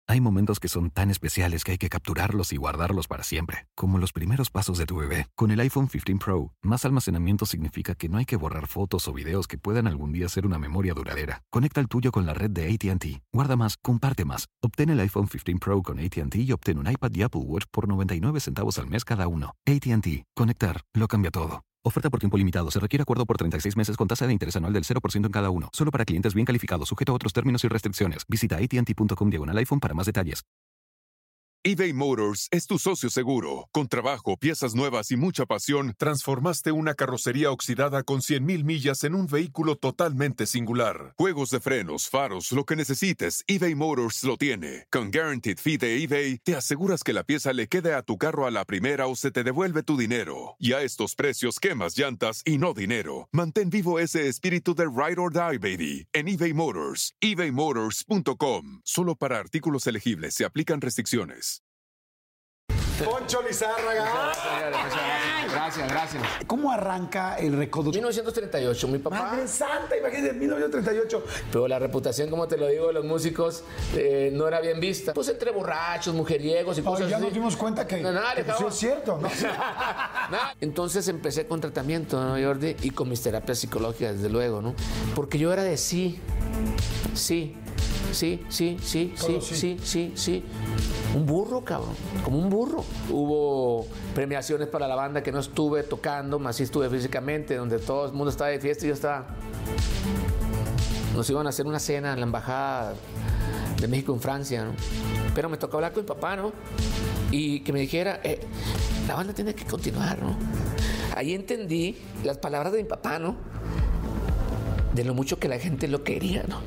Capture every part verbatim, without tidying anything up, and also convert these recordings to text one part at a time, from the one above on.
Hay momentos que son tan especiales que hay que capturarlos y guardarlos para siempre, como los primeros pasos de tu bebé. Con el iPhone quince Pro, más almacenamiento significa que no hay que borrar fotos o videos que puedan algún día ser una memoria duradera. Conecta el tuyo con la red de A T and T. Guarda más, comparte más. Obtén el iPhone quince Pro con A T and T y obtén un iPad y Apple Watch por noventa y nueve centavos al mes cada uno. A T and T. Conectar lo cambia todo. Oferta por tiempo limitado. Se requiere acuerdo por treinta y seis meses con tasa de interés anual del cero por ciento en cada uno. Solo para clientes bien calificados, sujeto a otros términos y restricciones. Visita atnt.com diagonal iPhone para más detalles. eBay Motors es tu socio seguro. Con trabajo, piezas nuevas y mucha pasión, transformaste una carrocería oxidada con cien mil millas en un vehículo totalmente singular. Juegos de frenos, faros, lo que necesites, eBay Motors lo tiene. Con Guaranteed Fee de eBay, te aseguras que la pieza le quede a tu carro a la primera o se te devuelve tu dinero. Y a estos precios, quemas llantas y no dinero. Mantén vivo ese espíritu de Ride or Die, baby, en eBay Motors. ebay motors punto com. Solo para artículos elegibles se aplican restricciones. Poncho Lizárraga. Gracias, gracias, gracias. ¿Cómo arranca el recodo? mil novecientos treinta y ocho, mi papá. Madre santa, imagínate, mil novecientos treinta y ocho. Pero la reputación, como te lo digo, de los músicos eh, no era bien vista. Pues entre borrachos, mujeriegos y cosas Oye, ya así. nos dimos cuenta que, no, nada, que pues, sí es cierto, ¿no? Nada. Entonces empecé con tratamiento, ¿no, Jordi? Y con mis terapias psicológicas, desde luego, ¿no? Porque yo era de sí, sí, sí, sí, sí, sí, sí, sí, sí, sí. Un burro, cabrón, como un burro. Hubo premiaciones para la banda que no estuve tocando, más sí estuve físicamente, donde todo el mundo estaba de fiesta y yo estaba... Nos iban a hacer una cena en la embajada de México en Francia, ¿no? Pero me tocó hablar con mi papá, ¿no? Y que me dijera, eh, la banda tiene que continuar, ¿no? Ahí entendí las palabras de mi papá, ¿no? De lo mucho que la gente lo quería, ¿no?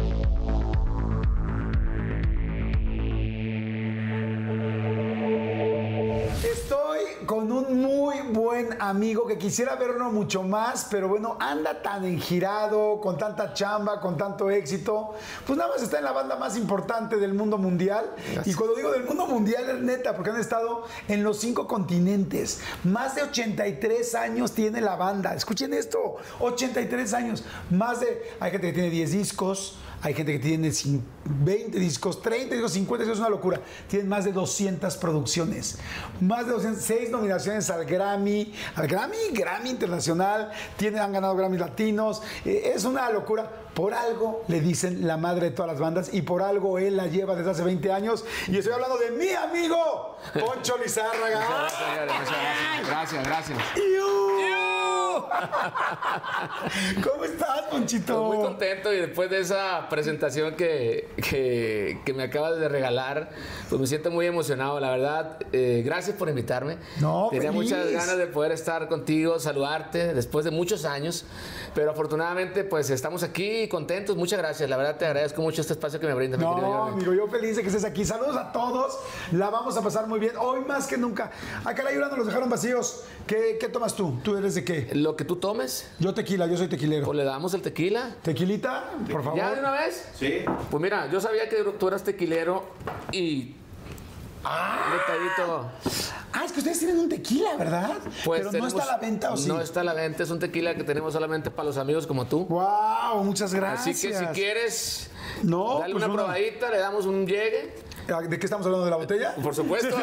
Con un muy buen amigo que quisiera verlo mucho más, pero bueno, anda tan engirado, con tanta chamba, con tanto éxito, pues nada más está en la banda más importante del mundo mundial. Gracias. Y cuando digo del mundo mundial es neta, porque han estado en los cinco continentes. Más de ochenta y tres años tiene la banda. Escuchen esto, ochenta y tres años. Más de, hay gente que tiene diez discos, hay gente que tiene veinte discos, treinta discos, cincuenta discos, es una locura. Tienen más de doscientas producciones, más de doscientas, seis nominaciones al Grammy, al Grammy, Grammy Internacional, tienen, han ganado Grammy Latinos, eh, es una locura. Por algo le dicen la madre de todas las bandas y por algo él la lleva desde hace veinte años. Y estoy hablando de mi amigo, Poncho Lizárraga. Gracias, gracias, gracias. ¿Cómo estás, Ponchito? Pues muy contento y después de esa presentación que, que, que me acabas de regalar, pues me siento muy emocionado, la verdad. Eh, gracias por invitarme. No, Tenía feliz. muchas ganas de poder estar contigo, saludarte después de muchos años, pero afortunadamente pues estamos aquí contentos. Muchas gracias, la verdad te agradezco mucho este espacio que me brindas. No, mi querido Jordi. amigo, yo feliz de que estés aquí. Saludos a todos, la vamos a pasar muy bien, hoy más que nunca. Acá la nos los dejaron vacíos. ¿Qué, qué tomas tú? ¿Tú eres de qué? Lo que tú tomes. Yo tequila, yo soy tequilero. Pues le damos el tequila. ¿Tequilita? Por favor. ¿Ya de una vez? Sí. Pues mira, yo sabía que tú eras tequilero y... ¡Ah! Detallito. Ah, es que ustedes tienen un tequila, ¿verdad? Pues pero tenemos, no está a la venta, ¿o sí? No está a la venta, es un tequila que tenemos solamente para los amigos como tú. ¡Wow! Muchas gracias. Así que si quieres, no, dale pues una uno. probadita, le damos un llegue. ¿De qué estamos hablando? ¿De la botella? Por supuesto.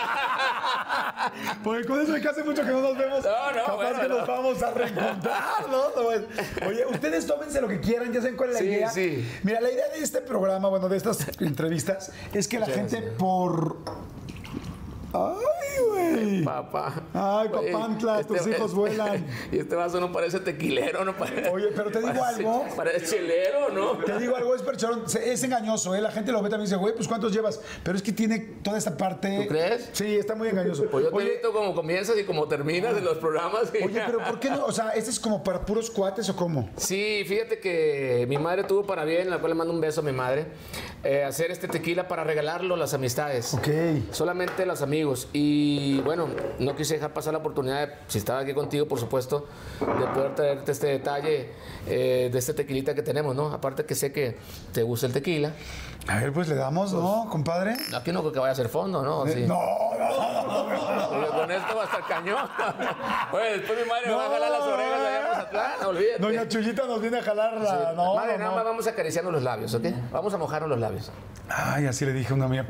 Porque con eso de que hace mucho que no nos vemos. No, no, capaz bueno, que no. nos vamos a reencontrar, ¿no? Oye, ustedes tómense lo que quieran, ya saben cuál es la Sí, idea. sí. Mira, la idea de este programa, bueno, de estas entrevistas, es que la Muchas gente gracias. por... ¡Ay, güey! Papá. Ay, Oye, papantla, este- tus hijos vuelan. Y este vaso no parece tequilero, no parece. Oye, pero te digo parece, algo. Parece chelero, ¿no? Te digo algo, es percherón, es engañoso, ¿eh? La gente lo ve también y dice, güey, pues ¿cuántos llevas? Pero es que tiene toda esta parte... ¿Tú crees? Sí, está muy engañoso. Pues yo te he Oye, visto cómo comienzas y cómo terminas en los programas. oye, pero ¿por qué no? O sea, ¿este es como para puros cuates o cómo? Sí, fíjate que mi madre tuvo para bien, la cual le mando un beso a mi madre, eh, hacer este tequila para regalarlo a las amistades. Ok. Solamente a los amigos. Y Y bueno, no quise dejar pasar la oportunidad, de, si estaba aquí contigo, por supuesto, de poder traerte este detalle eh, de este tequilita que tenemos, ¿no? Aparte que sé que te gusta el tequila. A ver, pues le damos, pues, ¿no, compadre? Aquí no creo que vaya a ser fondo, ¿no? Sí. No, no, no, no. Porque con esto va a estar cañón. Oye, después mi madre no. me va a jalar las orejas allá en Mazatlán, olvídate. Doña Chuyita nos viene a jalar la... Sí. No, madre, no, nada más vamos a acariciarnos los labios, ¿ok? Vamos a mojarnos los labios. Ay, así le dije a una amiga.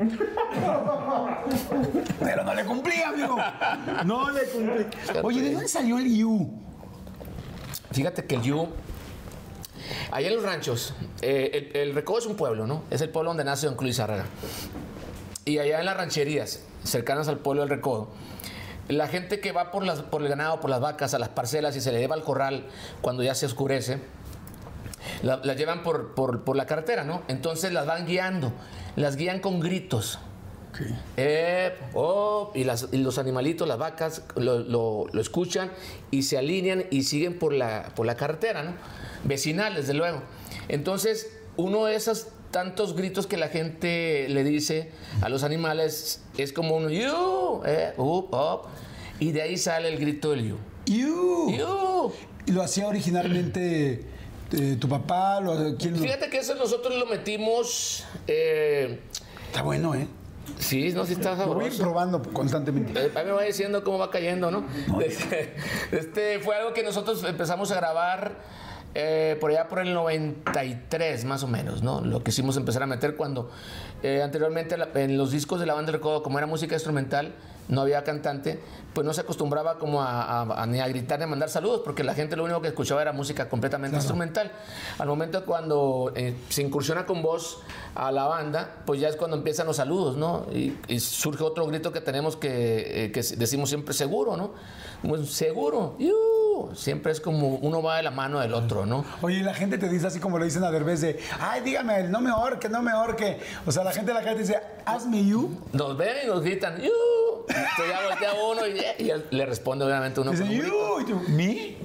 Pero no le cumplí, amigo. No le cumplí. Oye, ¿de dónde salió el You? Fíjate que el You... Allá en los ranchos, eh, el, el Recodo es un pueblo, ¿no? Es el pueblo donde nace Don Cruz Lizárraga. Y allá en las rancherías, cercanas al pueblo del Recodo, la gente que va por, las, por el ganado, por las vacas, a las parcelas y se le lleva al corral cuando ya se oscurece, las la llevan por, por, por la carretera, ¿no? Entonces las van guiando, las guían con gritos. Okay. Eh, oh, y, las, y los animalitos, las vacas, lo, lo, lo escuchan y se alinean y siguen por la, por la carretera, ¿no? Vecinal, desde luego. Entonces, uno de esos tantos gritos que la gente le dice a los animales es como un you, eh, up, up, y de ahí sale el grito del you. You. You. ¿Y lo hacía originalmente eh, tu papá? Lo, ¿quién lo... Fíjate que eso nosotros lo metimos... Eh, Está bueno, ¿eh? Sí, no, sí está sabroso. Lo voy a ir probando constantemente. Eh, ahí me va diciendo cómo va cayendo, ¿no? Este, este fue algo que nosotros empezamos a grabar eh, por allá por el noventa y tres, más o menos, ¿no? Lo que hicimos empezar a meter cuando eh, anteriormente la, en los discos de la banda del Recodo, como era música instrumental, no había cantante, pues no se acostumbraba como a, a, a, ni a gritar ni a mandar saludos, porque la gente lo único que escuchaba era música completamente claro. instrumental. Al momento cuando eh, se incursiona con voz a la banda, pues ya es cuando empiezan los saludos, ¿no? Y, y surge otro grito que tenemos que, eh, que decimos siempre seguro, ¿no? Pues, seguro, ¡Yuuu! Siempre es como uno va de la mano del otro, ¿no? Oye, y la gente te dice así como le dicen a Derbez de, ay, dígame, no me ahorque, no me ahorque. O sea, la gente de la calle dice, hazme you. Nos ven y nos gritan, ¡Yuuu! Entonces ya voltea uno y, y él le responde obviamente uno. Dice, con un you, you, ¿me?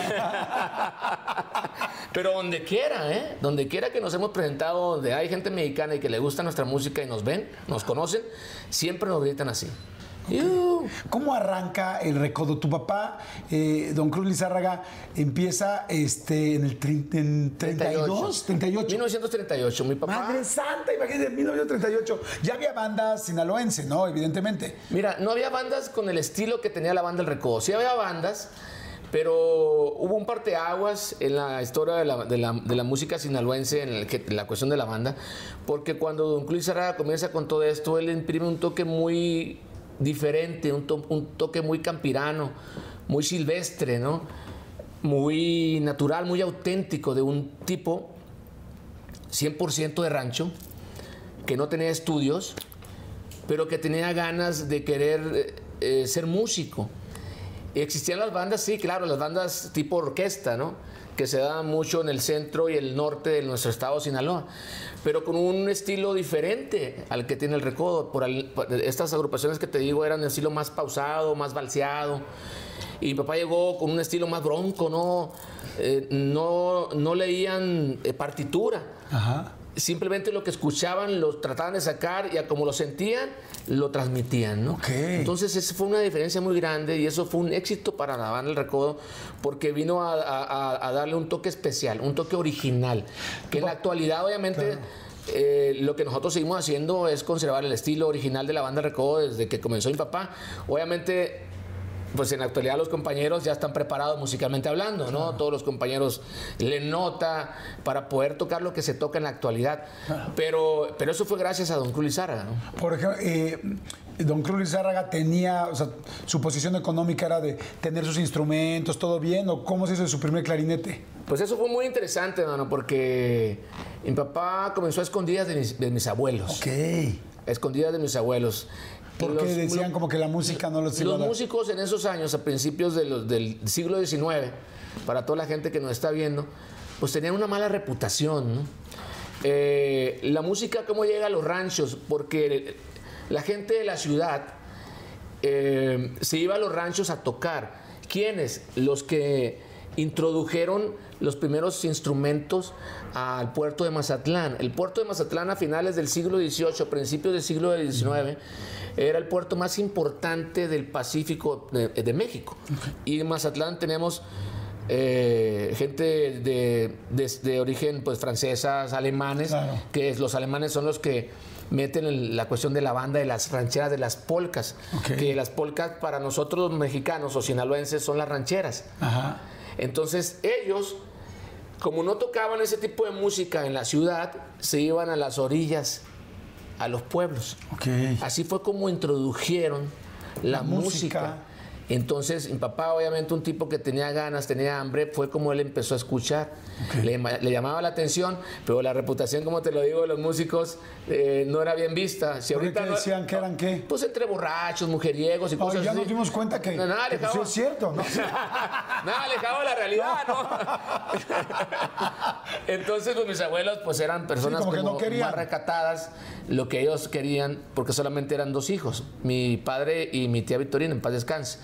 Pero donde quiera, ¿eh? Donde quiera que nos hemos presentado, donde hay gente mexicana y que le gusta nuestra música y nos ven, nos conocen, siempre nos gritan así. Okay. ¿Cómo arranca el Recodo? Tu papá, eh, Don Cruz Lizárraga, empieza este, en el en treinta y dos, treinta y ocho. mil novecientos treinta y ocho, mi papá. Madre santa, imagínate, mil novecientos treinta y ocho. Ya había bandas sinaloense, ¿no? Evidentemente. Mira, no había bandas con el estilo que tenía la banda El Recodo. Sí había bandas, pero hubo un parteaguas en la historia de la, de la, de la música sinaloense, en el que, la cuestión de la banda, porque cuando Don Cruz Lizárraga comienza con todo esto, él imprime un toque muy diferente, un, to un toque muy campirano, muy silvestre, ¿no? Muy natural, muy auténtico, de un tipo cien por ciento de rancho, que no tenía estudios, pero que tenía ganas de querer eh, ser músico. Existían las bandas, sí, claro, las bandas tipo orquesta, ¿no? Que se daban mucho en el centro y el norte de nuestro estado, Sinaloa, pero con un estilo diferente al que tiene el Recodo. Por al, por estas agrupaciones que te digo eran de estilo más pausado, más valseado. Y mi papá llegó con un estilo más bronco, ¿no? Eh, no, no leían eh, partitura. Ajá. Simplemente lo que escuchaban lo trataban de sacar y a como lo sentían, lo transmitían, ¿no? Okay. Entonces esa fue una diferencia muy grande y eso fue un éxito para la banda El Recodo porque vino a, a, a darle un toque especial, un toque original, que en la actualidad obviamente... Claro. Eh, lo que nosotros seguimos haciendo es conservar el estilo original de la banda El Recodo desde que comenzó mi papá. Obviamente... pues en la actualidad los compañeros ya están preparados musicalmente hablando, ¿no? Claro. Todos los compañeros le nota para poder tocar lo que se toca en la actualidad. Claro. Pero, pero eso fue gracias a Don Cruz Lizárraga, ¿no? Por ejemplo, eh, Don Cruz Lizárraga tenía, o sea, su posición económica era de tener sus instrumentos, todo bien, ¿o cómo se hizo su primer clarinete? Pues eso fue muy interesante, mano, porque mi papá comenzó a escondidas de mis, de mis abuelos. Ok. A escondidas de mis abuelos. Porque los, decían como que la música no los iba Los a dar. músicos en esos años, a principios de los, del siglo diecinueve, para toda la gente que nos está viendo, pues tenían una mala reputación, ¿no? Eh, la música, ¿cómo llega a los ranchos? Porque la gente de la ciudad eh, se iba a los ranchos a tocar. ¿Quiénes? Los que introdujeron los primeros instrumentos al puerto de Mazatlán. El puerto de Mazatlán a finales del siglo dieciocho, principios del siglo diecinueve, era el puerto más importante del Pacífico de, de México. Okay. Y en Mazatlán tenemos eh, gente de, de, de origen pues francesas, alemanes, claro. que los alemanes son los que meten el, la cuestión de la banda de las rancheras, de las polcas. Okay. Que las polcas para nosotros mexicanos o sinaloenses son las rancheras. Ajá. Entonces ellos, como no tocaban ese tipo de música en la ciudad, se iban a las orillas, a los pueblos. Okay. Así fue como introdujeron la, la música. música. Entonces, mi papá, obviamente, un tipo que tenía ganas, tenía hambre, fue como él empezó a escuchar. Okay. Le, le llamaba la atención, pero la reputación, como te lo digo, de los músicos eh, no era bien vista. Si ¿Por ahorita qué no, decían que eran qué? Pues entre borrachos, mujeriegos y cosas ya así. nos dimos cuenta que, no, nada que alejado, pues, es cierto, ¿no? Nada alejado de la realidad, ¿no? Entonces, pues mis abuelos pues eran personas sí, como como que no más recatadas, lo que ellos querían, porque solamente eran dos hijos, mi padre y mi tía Victorina, en paz descanse.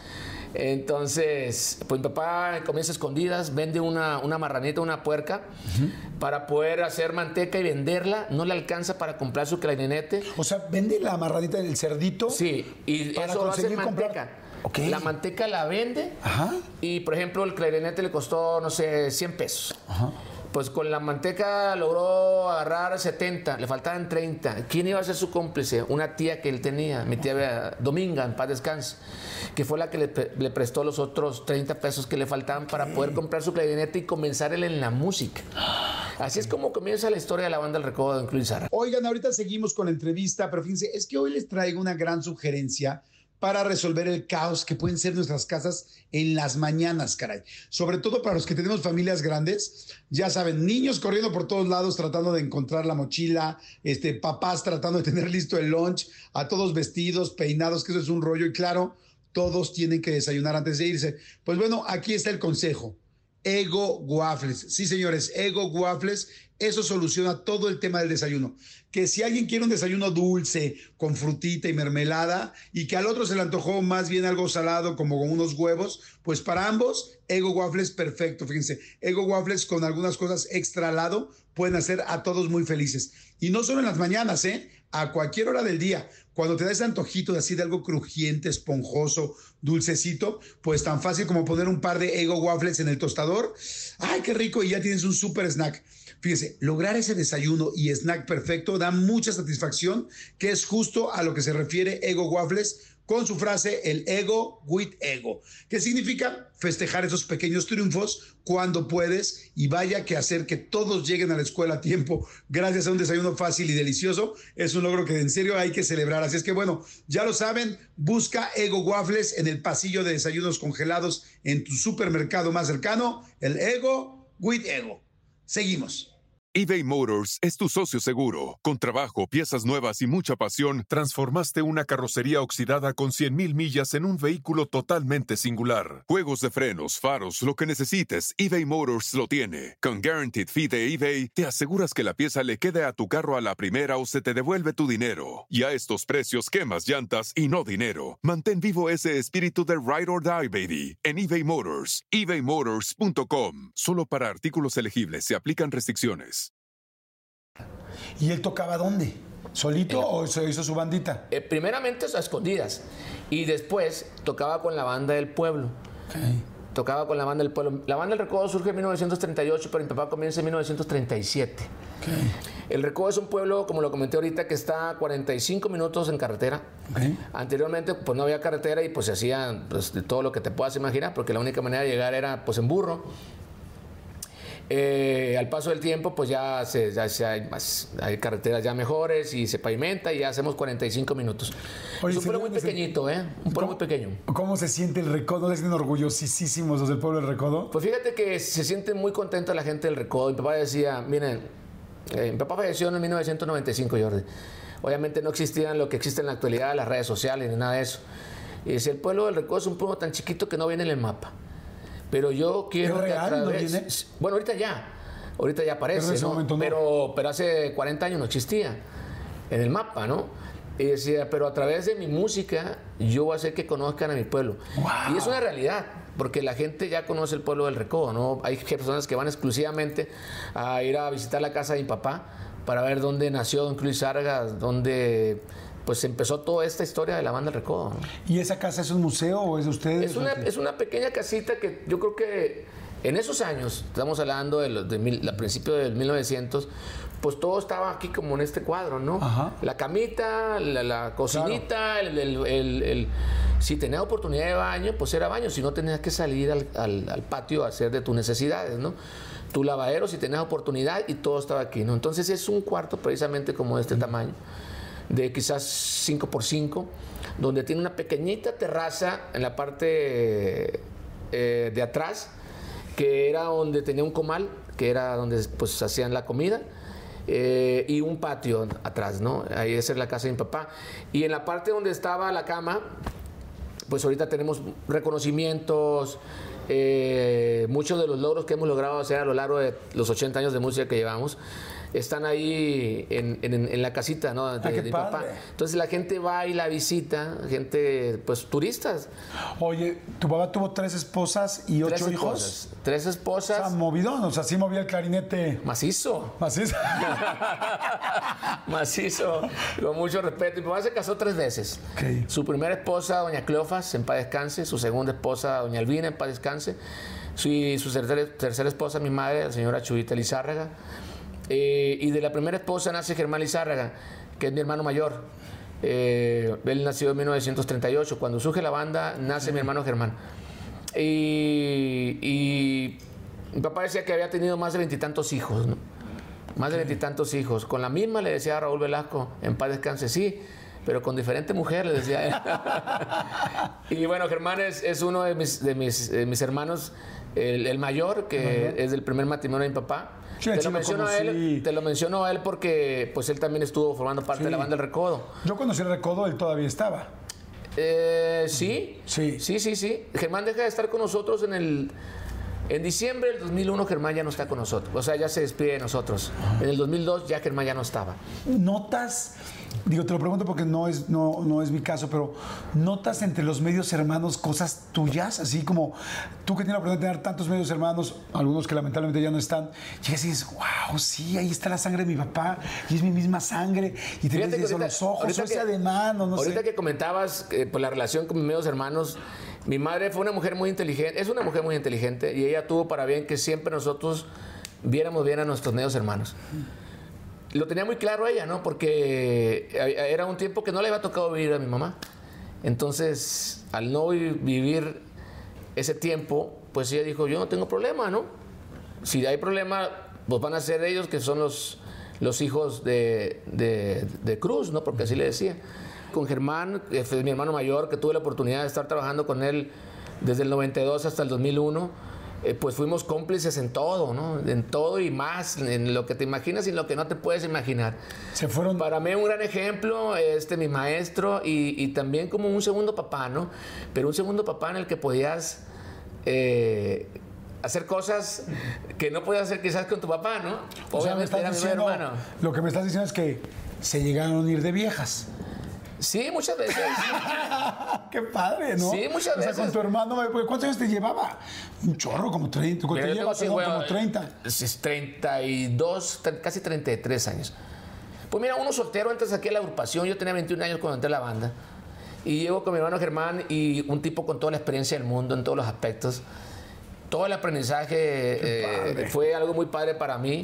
Entonces, pues mi papá comienza a escondidas, vende una, una marranita, una puerca, uh-huh. para poder hacer manteca y venderla. No le alcanza para comprar su clarinete. O sea, vende la marranita del cerdito. Sí, y eso lo hace manteca. Okay. La manteca la vende. Ajá. Y, por ejemplo, el clarinete le costó, no sé, cien pesos. Ajá. Pues con la manteca logró agarrar setenta, le faltaban treinta. ¿Quién iba a ser su cómplice? Una tía que él tenía, mi tía Dominga, en paz descanse, que fue la que le, le prestó los otros treinta pesos que le faltaban para poder comprar su clarinete y comenzar él en la música. Así es como comienza la historia de la banda El Recodo de Incluir Zara. Oigan, ahorita seguimos con la entrevista, pero fíjense, es que hoy les traigo una gran sugerencia para resolver el caos que pueden ser nuestras casas en las mañanas, caray. Sobre todo para los que tenemos familias grandes, ya saben, niños corriendo por todos lados tratando de encontrar la mochila, este, papás tratando de tener listo el lunch, a todos vestidos, peinados, que eso es un rollo, y claro, todos tienen que desayunar antes de irse. Pues bueno, aquí está el consejo. Eggo Waffles. Sí, señores, Eggo Waffles. Eso soluciona todo el tema del desayuno. Que si alguien quiere un desayuno dulce, con frutita y mermelada, y que al otro se le antojó más bien algo salado, como con unos huevos, pues para ambos, Eggo Waffles, perfecto. Fíjense, Eggo Waffles con algunas cosas extra al lado pueden hacer a todos muy felices. Y no solo en las mañanas, ¿eh? A cualquier hora del día. Cuando te da ese antojito de así de algo crujiente, esponjoso, dulcecito, pues tan fácil como poner un par de Eggo Waffles en el tostador. ¡Ay, qué rico! Y ya tienes un súper snack. Fíjese, lograr ese desayuno y snack perfecto da mucha satisfacción, que es justo a lo que se refiere Eggo Waffles con su frase, el Eggo with Eggo, que significa festejar esos pequeños triunfos cuando puedes, y vaya que hacer que todos lleguen a la escuela a tiempo gracias a un desayuno fácil y delicioso es un logro que en serio hay que celebrar. Así es que bueno, ya lo saben, busca Eggo Waffles en el pasillo de desayunos congelados en tu supermercado más cercano, el Eggo with Eggo. Seguimos. eBay Motors es tu socio seguro. Con trabajo, piezas nuevas y mucha pasión, transformaste una carrocería oxidada con cien mil millas en un vehículo totalmente singular. Juegos de frenos, faros, lo que necesites, eBay Motors lo tiene. Con Guaranteed Fee de eBay, te aseguras que la pieza le quede a tu carro a la primera o se te devuelve tu dinero. Y a estos precios, quemas llantas y no dinero. Mantén vivo ese espíritu de Ride or Die, baby, en eBay Motors. ebay motors punto com. Solo para artículos elegibles se aplican restricciones. ¿Y él tocaba dónde? ¿Solito el, o se hizo su bandita? Eh, primeramente a escondidas y después tocaba con la banda del pueblo. Okay. Tocaba con la banda del pueblo. La banda del Recodo surge en mil novecientos treinta y ocho, pero mi papá comienza en mil novecientos treinta y siete. Okay. El Recodo es un pueblo, como lo comenté ahorita, que está a cuarenta y cinco minutos en carretera. Okay. Anteriormente pues no había carretera y pues se hacía pues, de todo lo que te puedas imaginar, porque la única manera de llegar era pues en burro. Eh, al paso del tiempo, pues ya, se, ya se hay, más, hay carreteras ya mejores y se pavimenta y ya hacemos cuarenta y cinco minutos. Oye, es un pueblo muy pequeñito, ¿eh? Un pueblo muy pequeño. ¿Cómo se siente el Recodo? ¿No se sienten orgullosísimos los del pueblo del Recodo? Pues fíjate que se siente muy contenta la gente del Recodo. Mi papá decía, miren, eh, mi papá falleció en mil novecientos noventa y cinco, Jordi. Obviamente no existían lo que existe en la actualidad, las redes sociales ni nada de eso. Y decía, el pueblo del Recodo es un pueblo tan chiquito que no viene en el mapa. Pero yo quiero ¿Es real? que a través... ¿No viene? Bueno, ahorita ya. Ahorita ya aparece, pero, ¿no? No. Pero, pero hace cuarenta años no existía en el mapa, ¿no? Y decía, pero a través de mi música yo voy a hacer que conozcan a mi pueblo. Wow. Y es una realidad. porque la gente ya conoce el pueblo del Recodo, ¿no? Hay personas que van exclusivamente a ir a visitar la casa de mi papá para ver dónde nació don Cruz Lizárraga, dónde pues empezó toda esta historia de la banda del Recodo, ¿no? ¿Y esa casa es un museo o es de ustedes? Es una, es una pequeña casita que yo creo que en esos años, estamos hablando de, los, de mil, a principios del mil novecientos, pues todo estaba aquí como en este cuadro, ¿no? Ajá. La camita, la, la cocinita, claro. el, el, el, el, si tenías oportunidad de baño, pues era baño, si no tenías que salir al, al, al patio a hacer de tus necesidades, ¿no? Tu lavadero, si tenías oportunidad, y todo estaba aquí, ¿no? Entonces es un cuarto precisamente como de este mm. tamaño, de quizás cinco por cinco, donde tiene una pequeñita terraza en la parte eh, de atrás, que era donde tenía un comal, que era donde pues hacían la comida, eh, y un patio atrás, ¿no? Ahí esa es la casa de mi papá. Y en la parte donde estaba la cama, pues ahorita tenemos reconocimientos, eh, muchos de los logros que hemos logrado hacer a lo largo de los ochenta años de música que llevamos, están ahí en, en, en la casita, ¿no? de, ah, de mi papá. Entonces la gente va y la visita, gente, pues turistas. Oye, tu papá tuvo tres esposas y ocho tres hijos. Esposas, tres esposas. O sea, movidón, o sea, sí movía el clarinete. Macizo. Macizo. Macizo, con mucho respeto. Mi papá se casó tres veces. Okay. Su primera esposa, doña Cleofas, en paz descanse. Su segunda esposa, doña Albina, en paz descanse. Su, su tercera, tercera esposa, mi madre, la señora Chuyita Lizárraga. Eh, y de la primera esposa nace Germán Lizárraga, que es mi hermano mayor. Eh, él nació en mil novecientos treinta y ocho. Cuando surge la banda, nace sí. mi hermano Germán. Y, y mi papá decía que había tenido más de veintitantos hijos, ¿no? Más de veintitantos hijos. Con la misma le decía a Raúl Velasco, en paz descanse, sí, pero con diferente mujer, le decía él. Y bueno, Germán es, es uno de mis, de mis, de mis hermanos, el, el mayor, que uh-huh. es del primer matrimonio de mi papá. Sí, te, lo menciono a él, te lo menciono a él porque pues él también estuvo formando parte sí. de la banda del Recodo. Yo conocí el Recodo, él todavía estaba. Eh, sí, sí, sí, sí, sí. Germán deja de estar con nosotros en el... En diciembre del dos mil uno Germán ya no está con nosotros, o sea, ya se despide de nosotros. En el dos mil dos ya Germán ya no estaba. ¿Notas, digo, te lo pregunto porque no es, no, no es mi caso, pero ¿notas entre los medios hermanos cosas tuyas? Así como tú que tienes la oportunidad de tener tantos medios hermanos, algunos que lamentablemente ya no están, llegas y dices, wow, sí, ahí está la sangre de mi papá, y es mi misma sangre, y te ves eso, los ojos, o ese ademán, no, no ahorita sé. que comentabas eh, por la relación con mis medios hermanos, mi madre fue una mujer muy inteligente, es una mujer muy inteligente, y ella tuvo para bien que siempre nosotros viéramos bien a nuestros medios hermanos. Lo tenía muy claro ella, ¿no? Porque era un tiempo que no le había tocado vivir a mi mamá. Entonces, al no vivir ese tiempo, pues ella dijo, yo no tengo problema, ¿no? Si hay problema, pues van a ser ellos que son los, los hijos de, de, de Cruz, ¿no? Porque así le decía. Con Germán, que fue mi hermano mayor, que tuve la oportunidad de estar trabajando con él desde el noventa y dos hasta el dos mil uno, eh, pues fuimos cómplices en todo, ¿no? En todo y más, en lo que te imaginas y en lo que no te puedes imaginar. Se fueron... Para mí un gran ejemplo, este, mi maestro, y, y también como un segundo papá, ¿no? Pero un segundo papá en el que podías eh, hacer cosas que no podías hacer quizás con tu papá, ¿no? O sea, obviamente era mi hermano. Lo que me estás diciendo es que se llegaron a ir de viejas. Sí, muchas veces. Qué padre, ¿no? Sí, muchas veces. O sea, con tu hermano, ¿cuántos años te llevaba? Un chorro, como treinta. ¿Cuánto te llevas? Sí, bueno, como treinta. treinta y dos, casi treinta y tres años. Pues mira, uno soltero, entras aquí a la agrupación. Yo tenía veintiún años cuando entré a la banda. Y llego con mi hermano Germán y un tipo con toda la experiencia del mundo en todos los aspectos. Todo el aprendizaje eh, fue algo muy padre para mí.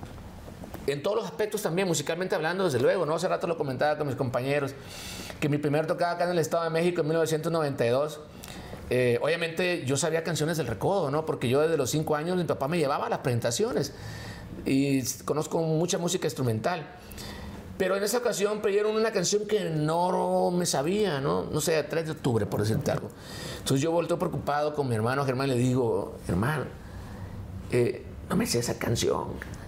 En todos los aspectos también, musicalmente hablando, desde luego, ¿no? Hace rato lo comentaba con mis compañeros, que mi primer tocada acá en el Estado de México en mil novecientos noventa y dos, eh, obviamente yo sabía canciones del Recodo, ¿no? Porque yo desde los cinco años mi papá me llevaba a las presentaciones y conozco mucha música instrumental. Pero en esa ocasión pidieron una canción que no me sabía, ¿no? No sé, tres de octubre, por decirte algo. Entonces yo volteo preocupado con mi hermano Germán y le digo, hermano, eh, no me sé esa canción.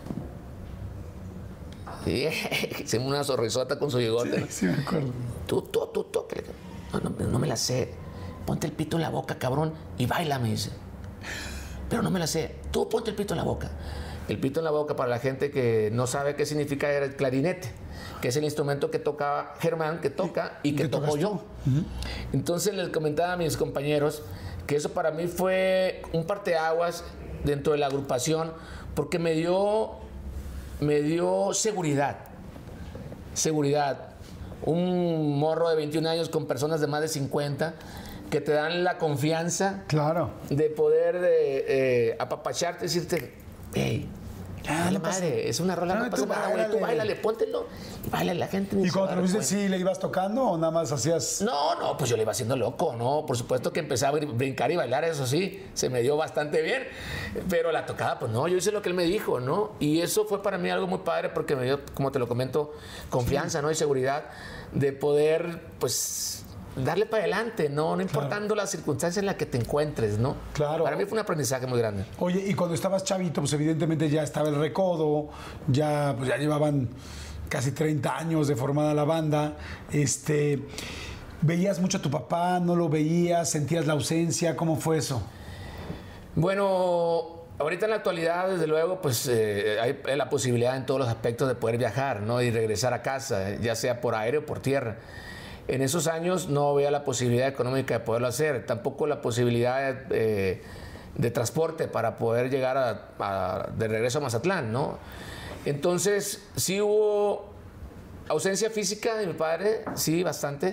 Se me una sonrisota con su bigote. Sí, sí me acuerdo. Tú, tú, tú, tú. No, no, no me la sé. Ponte el pito en la boca, cabrón, y baila, me dice. Pero no me la sé. Tú ponte el pito en la boca. El pito en la boca, para la gente que no sabe qué significa, era el clarinete, que es el instrumento que toca Germán, que toca y que toco yo. Uh-huh. Entonces les comentaba a mis compañeros que eso para mí fue un parteaguas dentro de la agrupación, porque me dio, me dio seguridad, seguridad. Un morro de veintiún años con personas de más de cincuenta que te dan la confianza, claro, de poder de, eh, apapacharte y decirte, hey, Ah, la no pasa- madre, es una rola, No, no pasa tú nada, güey, tú báilale. bailale, póntelo, y baila la gente. ni ¿Y se cuando va te a lo dar viste, cuenta. sí le ibas tocando o nada más hacías...? No, no, pues yo le iba haciendo loco, ¿no? Por supuesto que empecé a brin- brincar y bailar, eso sí, se me dio bastante bien, pero la tocada, pues no, yo hice lo que él me dijo, ¿no? Y eso fue para mí algo muy padre porque me dio, como te lo comento, confianza, ¿no? Y seguridad de poder, pues, darle para adelante, ¿no? No importando la circunstancia en la que te encuentres, ¿no? Claro. Para mí fue un aprendizaje muy grande. Oye, y cuando estabas chavito, pues evidentemente ya estaba el recodo, ya, pues ya llevaban casi treinta años de formada la banda. Este, ¿veías mucho a tu papá? ¿No lo veías? ¿Sentías la ausencia? ¿Cómo fue eso? Bueno, ahorita en la actualidad, desde luego, pues eh, hay la posibilidad en todos los aspectos de poder viajar, ¿no? Y regresar a casa, ya sea por aire o por tierra. En esos años no veía la posibilidad económica de poderlo hacer, tampoco la posibilidad eh, de transporte para poder llegar a, a- de regreso a Mazatlán, ¿no? Entonces, sí hubo ausencia física de mi padre, sí, bastante,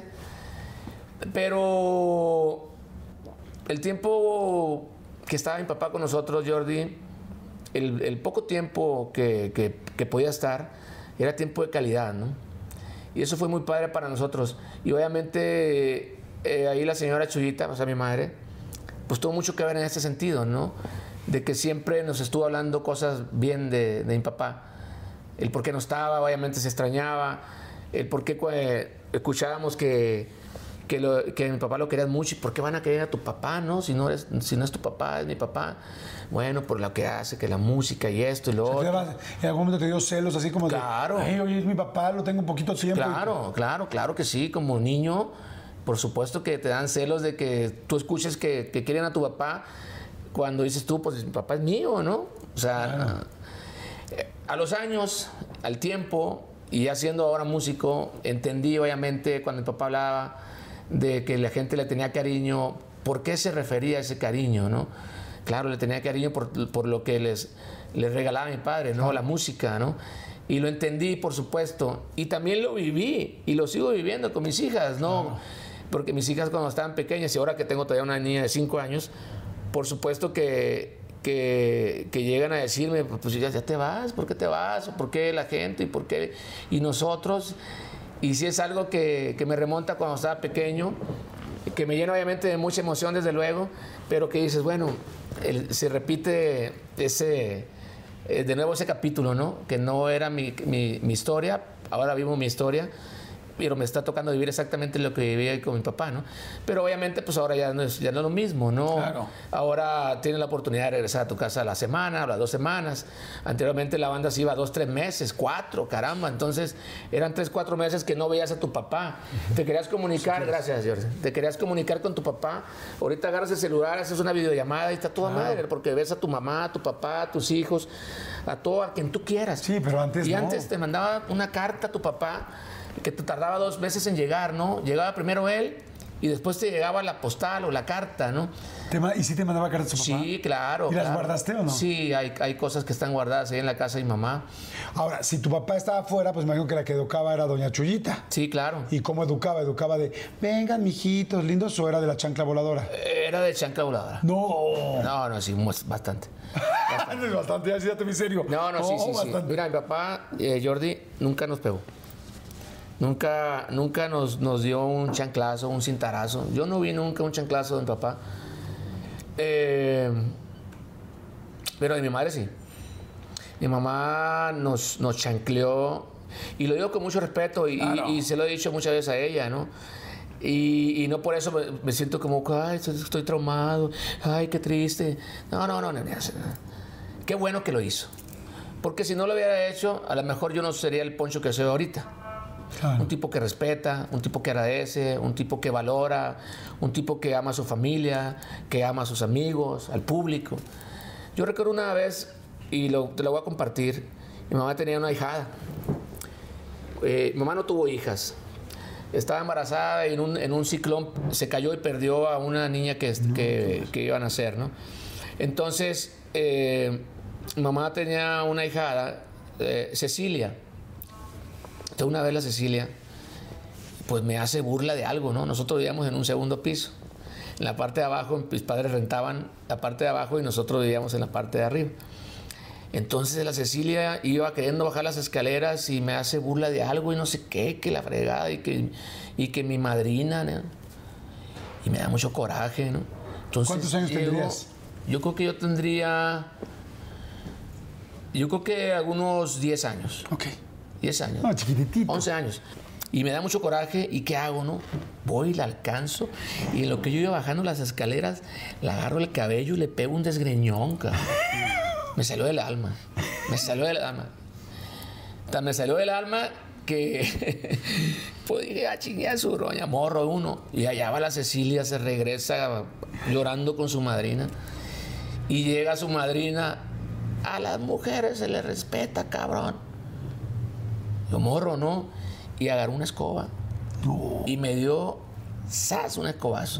pero el tiempo que estaba mi papá con nosotros, Jordi, el, el poco tiempo que, que- que podía estar, era tiempo de calidad, ¿no? Y eso fue muy padre para nosotros. Y obviamente eh, ahí la señora Chuyita, o sea, mi madre, pues tuvo mucho que ver en este sentido, ¿no? De que siempre nos estuvo hablando cosas bien de, de mi papá. El por qué no estaba, obviamente se extrañaba. El por qué eh, escuchábamos que, que, lo- que mi papá lo quería mucho. ¿Y por qué van a querer a tu papá, no? Si no, eres, si no es tu papá, es mi papá. Bueno, por lo que hace, que la música y esto y lo ¿Te otro. dabas- ¿En algún momento te dio celos así como Claro. de, "Ay, oye, es mi papá, lo tengo un poquito tiempo"? Claro, claro, claro que sí. Como niño, por supuesto que te dan celos de que tú escuches que, que quieren a tu papá cuando dices tú, pues mi papá es mío, ¿no? O sea, eh, a los años, al tiempo, y ya siendo ahora músico, entendí obviamente cuando mi papá hablaba de que la gente le tenía cariño, ¿por qué se refería a ese cariño, no? Claro, le tenía cariño por, por lo que les, les regalaba mi padre, ¿no? La música, ¿no? Y lo entendí, por supuesto. Y también lo viví y lo sigo viviendo con mis hijas, ¿no? Porque mis hijas cuando estaban pequeñas y ahora que tengo todavía una niña de cinco años, por supuesto que, que, que llegan a decirme, pues ya, ya te vas, ¿por qué te vas? ¿Por qué la gente? ¿Y por qué? Y nosotros. Y sí es algo que, que me remonta cuando estaba pequeño, que me llena obviamente de mucha emoción, desde luego, pero que dices, bueno, el- se repite ese, eh, de nuevo ese capítulo, ¿no? Que no era mi, mi- mi historia, ahora vivo mi historia, pero me está tocando vivir exactamente lo que vivía con mi papá, ¿no? Pero obviamente, pues ahora ya no es, ya no es lo mismo, ¿no? Claro. Ahora tienes la oportunidad de regresar a tu casa a la semana, a las dos semanas. Anteriormente la banda se iba dos, tres meses, cuatro, caramba. Entonces eran tres, cuatro meses que no veías a tu papá. Te querías comunicar, gracias, Jorge. Te querías comunicar con tu papá. Ahorita agarras el celular, haces una videollamada y está toda madre, porque ves a tu mamá, a tu papá, a tus hijos, a todo, a quien tú quieras. Sí, pero antes Y no. antes te mandaba una carta a tu papá que te tardaba dos meses en llegar, ¿no? Llegaba primero él y después te llegaba la postal o la carta, ¿no? ¿Te ma- ¿Y si te mandaba cartas a su papá? Sí, claro. ¿Y las claro. guardaste o no? Sí, hay, hay cosas que están guardadas ahí en la casa de mi mamá. Ahora, si tu papá estaba afuera, pues me imagino que la que educaba era doña Chuyita. Sí, claro. ¿Y cómo educaba? ¿Educaba de, vengan, mijitos, lindos, o era de la chancla voladora? Era de chancla voladora. No. No, no, sí, mu- bastante. Es bastante, ya sí, ya te vi serio. No, no, sí, sí, sí. bastante. Mira, mi papá, eh, Jordi, nunca nos pegó. Nunca, nunca nos, nos dio un chanclazo, un cintarazo. Yo no vi nunca un chanclazo de mi papá. Eh, pero de mi madre sí. Mi mamá nos, nos chancleó, y lo digo con mucho respeto, y, Claro. y- y se lo he dicho muchas veces a ella, ¿no? Y, y no por eso me, me siento como, ay, estoy, estoy traumado, ay, qué triste. No, no, no, no, no. Qué bueno que lo hizo. Porque si no lo hubiera hecho, a lo mejor yo no sería el Poncho que soy ahorita. Claro. Un tipo que respeta, un tipo que agradece, un tipo que valora, un tipo que ama a su familia, que ama a sus amigos, al público. Yo recuerdo una vez, y lo, te lo voy a compartir, mi mamá tenía una hijada. Eh, mi mamá no tuvo hijas, estaba embarazada y en un, en un ciclón se cayó y perdió a una niña que, que, que iban a nacer, ¿no? Entonces, eh, mamá tenía una hijada, eh, Cecilia. Entonces, una vez la Cecilia, pues me hace burla de algo, ¿no? Nosotros vivíamos en un segundo piso. En la parte de abajo, mis padres rentaban la parte de abajo y nosotros vivíamos en la parte de arriba. Entonces la Cecilia iba queriendo bajar las escaleras y me hace burla de algo y no sé qué, que la fregada y que, y que mi madrina, ¿no? Y me da mucho coraje, ¿no? Entonces, ¿cuántos años llego, tendrías? Yo creo que yo tendría, yo creo que algunos diez años. Ok. diez años. No, chiquititito. once años. Y me da mucho coraje. ¿Y qué hago, no? Voy y la alcanzo. Y en lo que yo iba bajando las escaleras, la agarro el cabello y le pego un desgreñón, cabrón. Me salió del alma. Me salió del alma. Tan me salió del alma que pues dije, ah, chingada su roña, morro uno. Y allá va la Cecilia, se regresa llorando con su madrina. Y llega su madrina. A las mujeres se les respeta, cabrón. Yo, morro, ¿no? Y agarró una escoba. No. Y me dio, ¡zas!, un escobazo.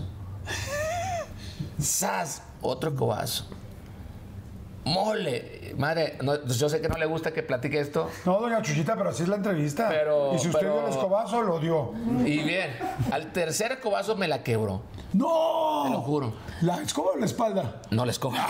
¡Zas!, otro escobazo. ¡Mole! Madre, no, yo sé que no le gusta que platique esto. No, doña Chuchita, pero así es la entrevista. Pero, y si usted pero, dio el escobazo, lo dio. Y bien, al tercer escobazo me la quebró. ¡No! Te lo juro. ¿La escoba o la espalda? No, la escoba.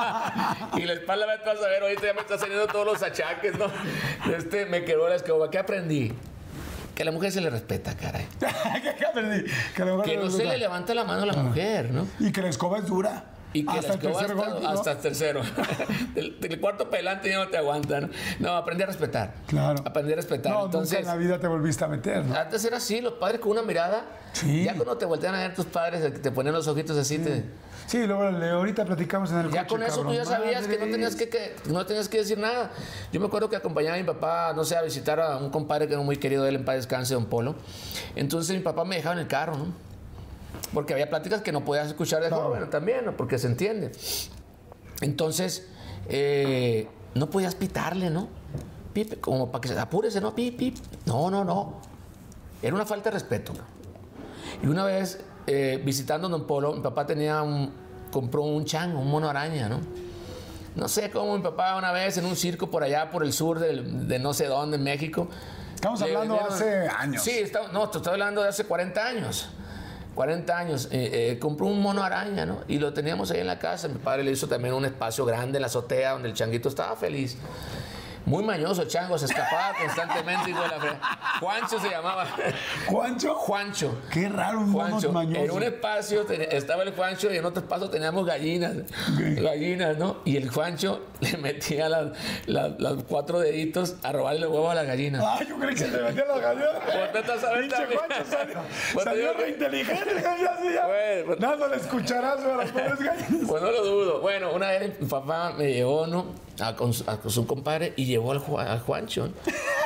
Y la espalda me vas a ver, ahorita ya me están saliendo todos los achaques, ¿no? Este, me quebró la escoba. ¿Qué aprendí? Que a la mujer se le respeta, caray. ¿Qué aprendí? Que, la que no se le levanta la mano a la mujer, ¿no? Y que la escoba es dura. Y que hasta la escoba el tercer hasta, golpe, ¿no? hasta el tercero. del, del cuarto para adelante ya no te aguantan. No, no, aprendí a respetar. Claro. Aprendí a respetar. No, Entonces, nunca en la vida te volviste a meter, ¿no? antes era así, los padres con una mirada. Sí. Ya cuando te voltean a ver tus padres, que te ponen los ojitos así, Sí. te... Sí, luego ahorita platicamos en el Ya coche, con eso cabrón. tú ya sabías que no Madres. tenías que, que, no tenías que decir nada. Yo me acuerdo que acompañaba a mi papá, no sé, a visitar a un compadre que era muy querido de él, en paz descanse, don Polo. Entonces mi papá me dejaba en el carro, ¿no? Porque había pláticas que no podías escuchar de Claro. joven también, ¿no? Porque se entiende. Entonces, eh, no podías pitarle, ¿no? Pip, como para que se apúrese, ¿no? Pip, pip. No, no, no. Era una falta de respeto, ¿no? Y una vez, eh, visitando a don Polo, mi papá tenía un, compró un chango, un mono araña, ¿no? No sé cómo mi papá una vez en un circo por allá, por el sur del, de no sé dónde, en México. Estamos le hablando vendieron- hace años. Sí, está- no, te estoy hablando de hace cuarenta años. cuarenta años. Eh, eh, compró un mono araña, ¿no? Y lo teníamos ahí en la casa. Mi padre le hizo también un espacio grande en la azotea donde el changuito estaba feliz. Muy mañoso el chango, se escapaba constantemente. Hijo de la fre- Juancho se llamaba. ¿Juancho? Juancho. Qué raro, un mono Juancho. mañoso. En un espacio ten- estaba el Juancho y en otro espacio teníamos gallinas. Gallinas, ¿no? Y el Juancho le metía las, las- las cuatro deditos a robarle los huevos a las gallinas. Ay, yo creí que se le metían las gallinas. Pues vete a saber Pinche también. Juancho salió, Pues te salió digo re que- inteligente. Ya, sí, ya. Pues, pues- Dándole escucharazo a las pobres gallinas. Pues no lo dudo. Bueno, una vez mi papá me llevó, ¿no? A, con, su, a con su compadre y llevó al, Ju- al Juancho. ¿no?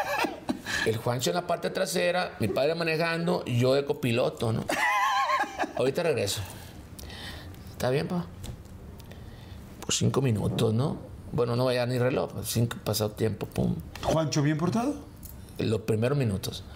El Juancho en la parte trasera, mi padre manejando y yo de copiloto, ¿no? Ahorita regreso. ¿Está bien, papá? Pues cinco minutos, ¿no? Bueno, no vaya ni reloj. pues Cinco, pasado tiempo, pum. ¿Juancho bien portado? En los primeros minutos.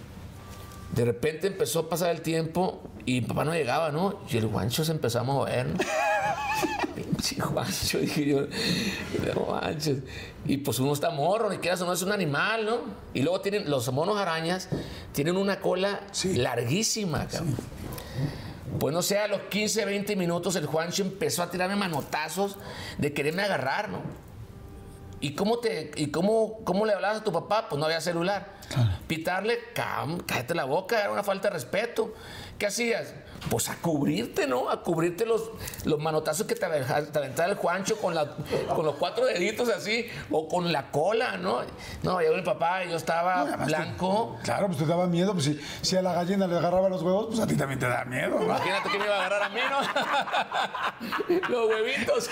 De repente empezó a pasar el tiempo y papá no llegaba, ¿no? Y el Juancho se empezó a mover, ¿no? Pinche Juancho, dije yo. No manches. Y pues uno está morro, ni quieras o no, es un animal, ¿no? Y luego tienen, los monos arañas tienen una cola Sí. larguísima, cabrón. Pues no sé, a los quince, veinte minutos el Juancho empezó a tirarme manotazos de quererme agarrar, ¿no? ¿Y cómo, te, y cómo, cómo le hablabas a tu papá? Pues no había celular. Pitarle, cam, cállate la boca, era una falta de respeto. ¿Qué hacías? Pues a cubrirte, ¿no? A cubrirte los, los manotazos que te aventaba te aventaba el Juancho con, la, con los cuatro deditos así, o con la cola, ¿no? No, llegó mi papá y yo estaba No, además blanco. te- claro, pues te daba miedo. Pues si, si a la gallina le agarraba los huevos, pues a ti también te da miedo, ¿no? Imagínate que me iba a agarrar a mí, ¿no? Los huevitos.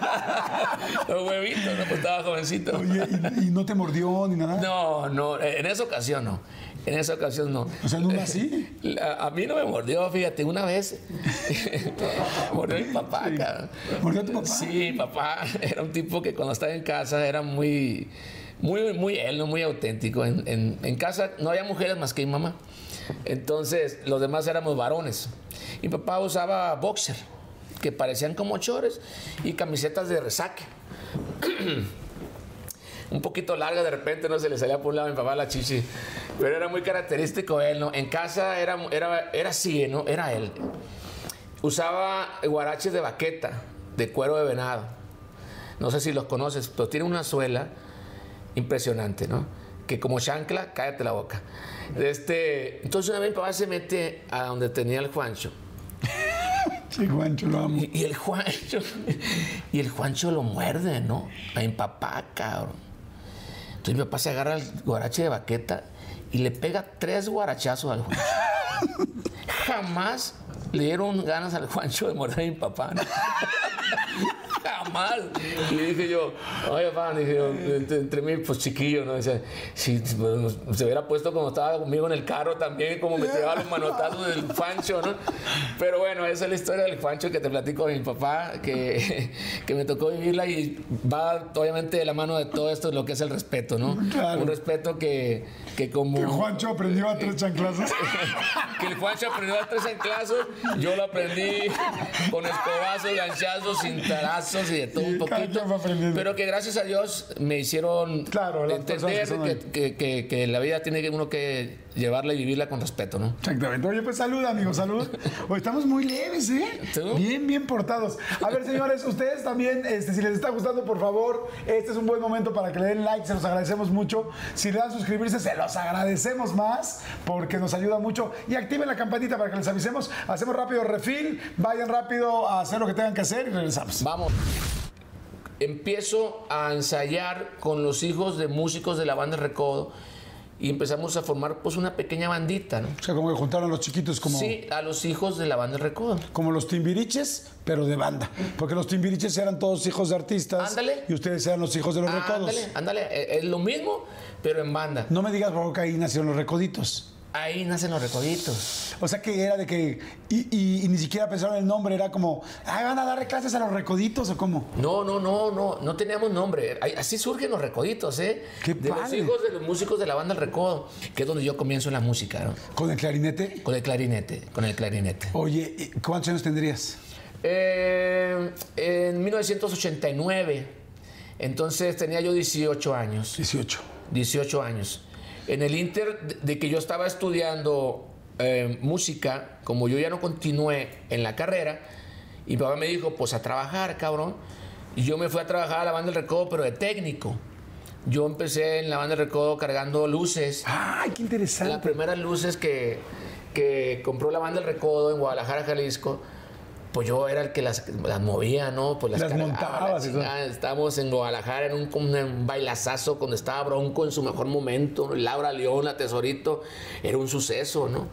Los huevitos, ¿no? Pues estaba jovencito. Oye, ¿y, y no te mordió ni nada? No, no, en esa ocasión no. En esa ocasión no. O sea, ¿en una sí? La- a mí no me mordió, fíjate, una vez mordió mi papá, Sí. cabrón. ¿Mordió a tu papá? Sí, papá era un tipo que cuando estaba en casa era muy, muy, muy él, ¿no? Muy auténtico. En, en- en casa no había mujeres más que mi mamá. Entonces, los demás éramos varones. Mi papá usaba boxer, que parecían como chores, y camisetas de resaque. Un poquito larga, de repente no se le salía por un lado a mi papá la chichi, pero era muy característico él, ¿no? En casa era, era, era así, ¿no? Era él. Usaba guaraches de baqueta, de cuero de venado. No sé si los conoces, pero tiene una suela impresionante, ¿no? Que como chancla, cállate la boca. Este, entonces una vez mi papá se mete a donde tenía el Juancho. Sí, Juancho, lo amo. Y, y el Juancho, y el Juancho lo muerde, ¿no? A mi papá, cabrón. Entonces mi papá se agarra el guarache de baqueta y le pega tres guarachazos al Juancho. Jamás le dieron ganas al Juancho de morder a mi papá, ¿no? Jamás. Y dije yo, oye, papá, dije yo, entre, entre mí, pues chiquillo, ¿no? Decía, si pues, se hubiera puesto como estaba conmigo en el carro también, como me tiraba los manotazos del Juancho, ¿no? Pero bueno, esa es la historia del Juancho que te platico de mi papá, que, que me tocó vivirla y va obviamente de la mano de todo esto, lo que es el respeto, ¿no? Claro. Un respeto que, que como... Que Juancho aprendió a tres chanclazos. Que el Juancho aprendió a tres chanclazos, yo lo aprendí con escobazos, ganchazos, cintarazos y de todo un poquito, pero que gracias a Dios me hicieron claro, entender que, que, que, que la vida tiene que uno que llevarla y vivirla con respeto, ¿no? Exactamente. Oye, pues salud, amigos, salud. Hoy estamos muy leves, ¿eh? ¿Tú? Bien, bien portados. A ver, señores, ustedes también, este, si les está gustando, por favor, este es un buen momento para que le den like, se los agradecemos mucho. Si le dan suscribirse, se los agradecemos más, porque nos ayuda mucho. Y activen la campanita para que les avisemos. Hacemos rápido refill, vayan rápido a hacer lo que tengan que hacer y regresamos. Vamos. Empiezo a ensayar con los hijos de músicos de la banda El Recodo y empezamos a formar pues una pequeña bandita, ¿no? O sea, como que juntaron a los chiquitos como... Sí, a los hijos de la banda El Recodo. Como los Timbiriches, pero de banda. Porque los Timbiriches eran todos hijos de artistas. Ándale. Y ustedes eran los hijos de los ah, Recodos. Ándale, ándale. Es lo mismo, pero en banda. No me digas, por favor, que ahí nacieron los Recoditos. Ahí nacen los Recoditos. O sea que era de que... Y, y, y ni siquiera pensaron el nombre, era como... ¿Ah, van a darle clases a los Recoditos o cómo? No, no, no, no. No teníamos nombre. Así surgen los Recoditos, ¿eh? ¡Qué de padre! Los hijos de los músicos de la banda El Recodo, que es donde yo comienzo en la música, ¿no? ¿Con el clarinete? Con el clarinete, con el clarinete. Oye, ¿cuántos años tendrías? Eh, en mil novecientos ochenta y nueve. Entonces tenía yo dieciocho años. dieciocho. dieciocho años. En el inter de que yo estaba estudiando eh, música, como yo ya no continué en la carrera, y mi papá me dijo, pues a trabajar, cabrón. Y yo me fui a trabajar a la banda del Recodo, pero de técnico. Yo empecé en la banda del Recodo cargando luces. ¡Ay, qué interesante! Las primeras luces que, que compró la banda del Recodo en Guadalajara, Jalisco, pues yo era el que las, las movía, ¿no? Pues las, las montabas. La estábamos en Guadalajara en un, un bailazazo cuando estaba Bronco en su mejor momento, ¿no? Laura León, la Tesorito, era un suceso, ¿no?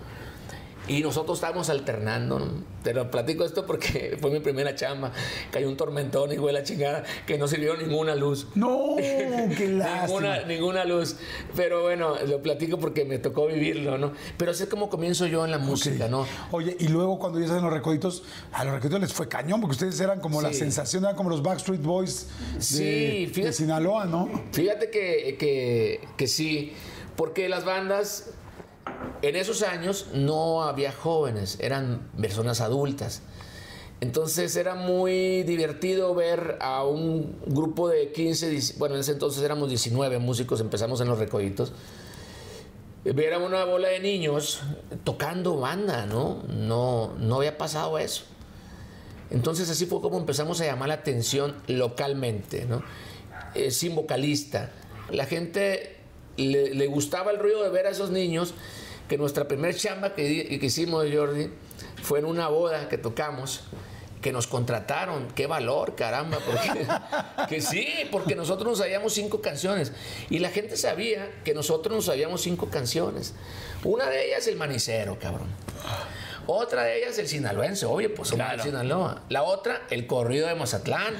Y nosotros estábamos alternando, ¿no? Te lo platico esto porque fue mi primera chamba. Cayó un tormentón, hijo de la chingada, que no sirvió ninguna luz. ¡No! ¡Qué lástima! ninguna, ninguna luz. Pero bueno, lo platico porque me tocó vivirlo, ¿no? Pero así es como comienzo yo en la música, okay. ¿no? Oye, y luego cuando ya salen los Recoditos, a los Recoditos les fue cañón, porque ustedes eran como sí. la sensación, eran como los Backstreet Boys de, sí, fíjate, de Sinaloa, ¿no? Fíjate que, que, que sí, porque las bandas... En esos años no había jóvenes, eran personas adultas. Entonces era muy divertido ver a un grupo de quince, bueno, en ese entonces éramos diecinueve músicos, empezamos en los Recoditos. Ver a una bola de niños tocando banda, ¿no? No, no había pasado eso. Entonces así fue como empezamos a llamar la atención localmente, ¿no? Eh, sin vocalista. La gente le, le gustaba el ruido de ver a esos niños. Que nuestra primer chamba que, que hicimos, Jordi, fue en una boda que tocamos, que nos contrataron. ¡Qué valor, caramba! Porque, que sí, porque nosotros nos sabíamos cinco canciones. Y la gente sabía que nosotros nos sabíamos cinco canciones. Una de ellas, el Manicero, cabrón. Otra de ellas, el Sinaloense, obvio, pues somos claro. de Sinaloa. La otra, el Corrido de Mazatlán.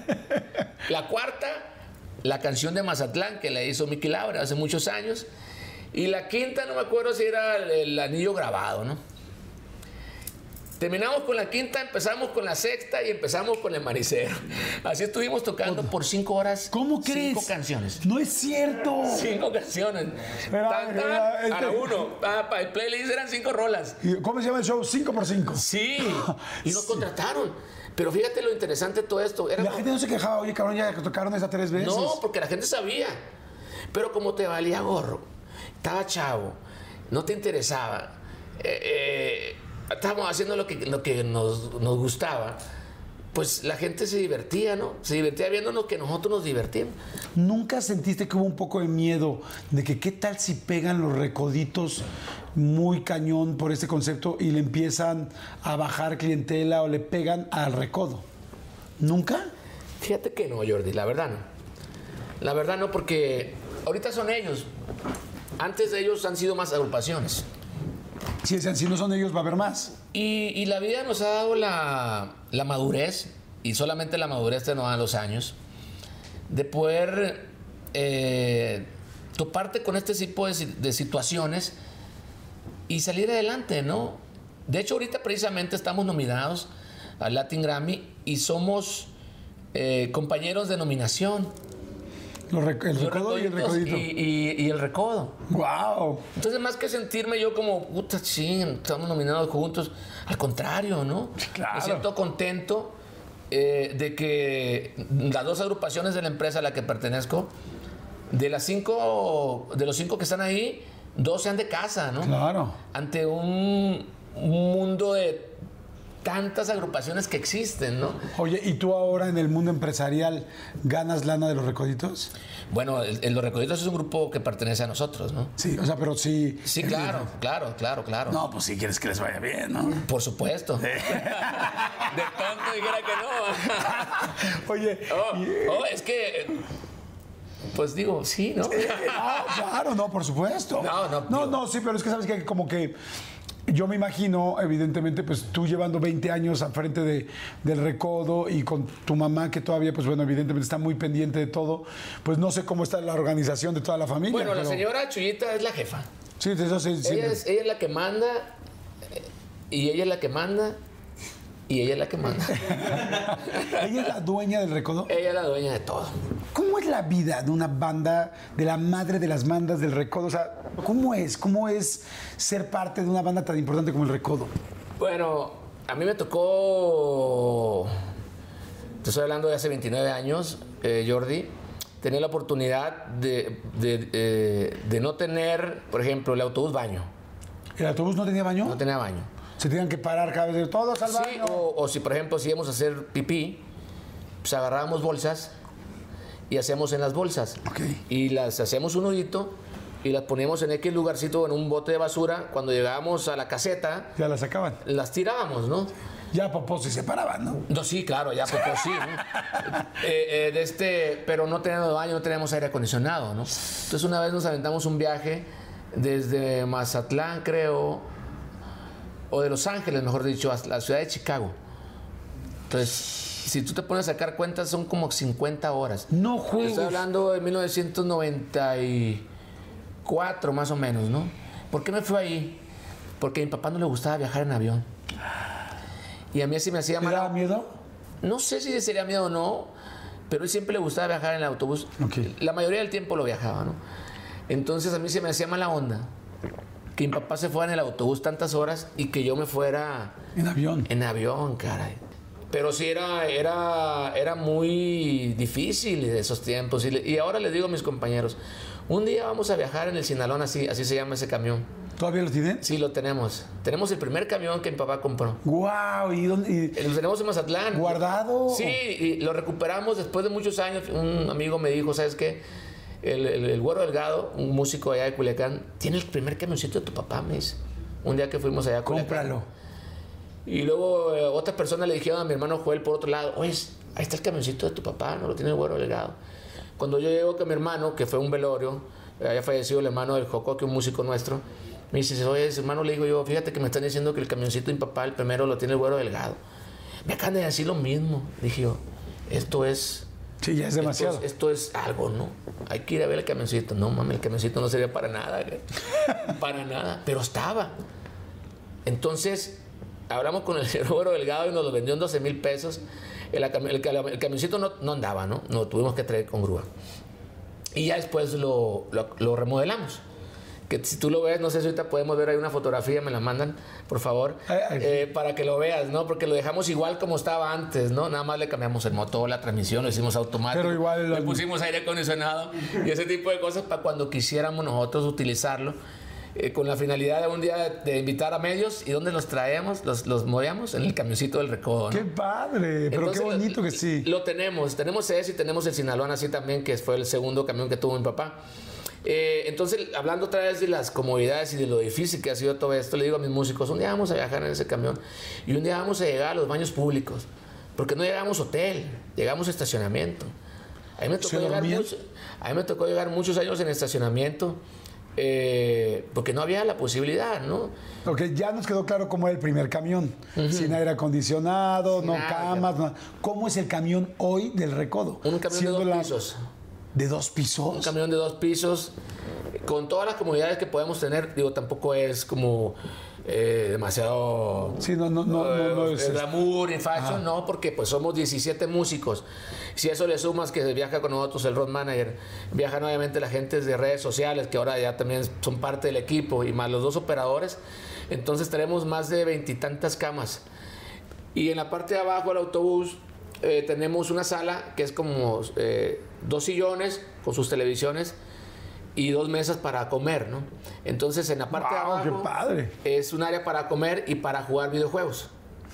La cuarta, la canción de Mazatlán, que la hizo Miki Laura hace muchos años. Y la quinta, no me acuerdo si era el, el Anillo Grabado, ¿no? Terminamos con la quinta, empezamos con la sexta y empezamos con el manicero. Así estuvimos tocando por cinco horas. ¿Cómo crees? Cinco canciones. No es cierto. Cinco canciones. Era, tan, tan, era, este... a la uno. Para el playlist eran cinco rolas. ¿Cómo se llama el show? Cinco por cinco. Sí. Y nos sí. contrataron. Pero fíjate lo interesante de todo esto. Era la como... gente no se quejaba, oye, cabrón, ya tocaron esa tres veces. No, porque la gente sabía. Pero como te valía gorro, estaba chavo, no te interesaba, eh, eh, estábamos haciendo lo que, lo que nos, nos gustaba, pues la gente se divertía, ¿no? Se divertía viéndonos que nosotros nos divertimos. ¿Nunca sentiste que hubo un poco de miedo de que qué tal si pegan los recoditos muy cañón por este concepto y le empiezan a bajar clientela o le pegan al recodo? ¿Nunca? Fíjate que no, Jordi, la verdad no. La verdad no, porque ahorita son ellos. Antes de ellos han sido más agrupaciones. Sí, si no son ellos va a haber más. Y, y la vida nos ha dado la, la madurez, y solamente la madurez te nos da los años, de poder eh, toparte con este tipo de, de situaciones y salir adelante, ¿no? De hecho, ahorita precisamente estamos nominados al Latin Grammy y somos eh, compañeros de nominación. Los rec el recodo y el recodito. Y, y, y el recodo. ¡Wow! Entonces, más que sentirme yo como, puta, sí, estamos nominados juntos, al contrario, ¿no? Claro. Me siento contento eh, de que las dos agrupaciones de la empresa a la que pertenezco, de las cinco, de los cinco que están ahí, dos sean de casa, ¿no? Claro. Ante un, un mundo de tantas agrupaciones que existen, ¿no? Oye, ¿y tú ahora en el mundo empresarial ganas lana de los recoditos? Bueno, el, el Los Recoditos es un grupo que pertenece a nosotros, ¿no? Sí, o sea, pero sí... Sí, claro, claro, claro, claro. No, pues si quieres que les vaya bien, ¿no? Por supuesto. De tanto dijera que no. Oye... Oh, y, oh, es que... Pues digo, sí, ¿no? No, claro, no, por supuesto. No, no. No, no, sí, pero es que sabes que como que... Yo me imagino, evidentemente, pues tú llevando veinte años al frente de, del recodo y con tu mamá que todavía, pues bueno, evidentemente está muy pendiente de todo, pues no sé cómo está la organización de toda la familia. Bueno, pero... la señora Chuyita es la jefa. Sí, eso sí. sí ella, es, ella es la que manda, y ella es la que manda, y ella es la que manda. ¿Ella es la dueña del recodo? Ella es la dueña de todo. ¿Cómo es la vida de una banda, de la madre de las bandas del recodo? O sea, ¿cómo es? ¿Cómo es ser parte de una banda tan importante como el recodo? Bueno, a mí me tocó, te estoy hablando de hace veintinueve años, eh, Jordi, tener la oportunidad de, de, eh, de no tener, por ejemplo, el autobús baño. ¿El autobús no tenía baño? No tenía baño. Se tenían que parar cada vez, todos al baño. Sí, o, o si por ejemplo si íbamos a hacer pipí, pues agarrábamos bolsas y hacíamos en las bolsas. Okay. Y las hacíamos un nudito y las poníamos en X lugarcito en un bote de basura. Cuando llegábamos a la caseta, ya las sacaban. Las tirábamos, ¿no? Ya popó se separaban, ¿no? No, sí, claro, ya popó sí, ¿no? eh, eh, de este, pero no teníamos baño, no teníamos aire acondicionado, ¿no? Entonces una vez nos aventamos un viaje desde Mazatlán, creo, o de Los Ángeles, mejor dicho, a la ciudad de Chicago. Entonces, si tú te pones a sacar cuentas, son como cincuenta horas. No juegues. Estoy hablando de mil novecientos noventa y cuatro, más o menos, ¿no? ¿Por qué me fui ahí? Porque a mi papá no le gustaba viajar en avión. Y a mí así me hacía mal. ¿Te daba miedo? No sé si sería miedo o no, pero él siempre le gustaba viajar en el autobús. Okay. La mayoría del tiempo lo viajaba, ¿no? Entonces a mí se me hacía mala onda que mi papá se fuera en el autobús tantas horas y que yo me fuera... En avión. En avión, caray. Pero sí era, era, era muy difícil de esos tiempos. Y, le, y ahora les digo a mis compañeros, un día vamos a viajar en el Sinalón, así, así se llama ese camión. ¿Todavía lo tienen? Sí, lo tenemos. Tenemos el primer camión que mi papá compró. ¡Guau! ¿Y dónde? Y... Lo tenemos en Mazatlán. ¿Guardado? Sí, y lo recuperamos después de muchos años. Un amigo me dijo, ¿sabes qué? El, el, el Güero Delgado, un músico allá de Culiacán, tiene el primer camioncito de tu papá, me dice. Un día que fuimos allá a Culiacán. Cómpralo. Y luego eh, otras personas le dijeron a mi hermano Joel por otro lado, oye, ahí está el camioncito de tu papá, no lo tiene el Güero Delgado. Cuando yo llego con mi hermano, que fue un velorio, había fallecido el hermano del Joco, que es un músico nuestro, me dice, oye, hermano, le digo yo, fíjate que me están diciendo que el camioncito de mi papá, el primero, lo tiene el Güero Delgado. Me acaban de decir lo mismo. Dije yo, esto es... Sí, ya es demasiado. Esto, esto es algo, ¿no? Hay que ir a ver el camioncito. No, mames, el camioncito no sería para nada. Para nada. Pero estaba. Entonces, hablamos con el Robero Delgado y nos lo vendió en doce mil pesos. El, el, el, el camioncito no, no andaba, ¿no? Nos tuvimos que traer con grúa. Y ya después lo, lo, lo remodelamos. Que si tú lo ves, no sé si ahorita podemos ver ahí una fotografía, me la mandan, por favor, ay, ay, eh, para que lo veas, ¿no? Porque lo dejamos igual como estaba antes, ¿no? Nada más le cambiamos el motor, la transmisión, lo hicimos automático. Pero igual le pusimos aire acondicionado y ese tipo de cosas para cuando quisiéramos nosotros utilizarlo. Eh, con la finalidad de un día de, de invitar a medios. ¿Y dónde los traemos? Los, los movíamos en el camioncito del Recodo, ¿no? ¡Qué padre! Pero entonces, qué bonito que sí. Lo tenemos. Tenemos ese y tenemos el Sinaloa así también, que fue el segundo camión que tuvo mi papá. Eh, entonces, hablando otra vez de las comodidades y de lo difícil que ha sido todo esto, le digo a mis músicos, un día vamos a viajar en ese camión y un día vamos a llegar a los baños públicos. Porque no llegamos a hotel, llegamos a estacionamiento. A mí me tocó, llegar, mucho, a mí me tocó llegar muchos años en estacionamiento. Eh, porque no había la posibilidad, ¿no? Ok, ya nos quedó claro cómo era el primer camión. Uh-huh. Sin aire acondicionado, sin no nada, camas. No. ¿Cómo es el camión hoy del Recodo? Un camión Siendo de dos la... pisos. ¿De dos pisos? Un camión de dos pisos, con todas las comodidades que podemos tener. Digo, tampoco es como eh, demasiado... Sí, no, no, no, eh, no, no es... glamour y fashion, no, porque pues somos diecisiete músicos. Si a eso le sumas que viaja con nosotros el road manager, viajan obviamente la gente de redes sociales, que ahora ya también son parte del equipo, y más los dos operadores, entonces tenemos más de veintitantas camas. Y en la parte de abajo del autobús eh, tenemos una sala que es como eh, dos sillones con sus televisiones y dos mesas para comer, ¿no? Entonces en la parte wow, de abajo qué padre. Es un área para comer y para jugar videojuegos.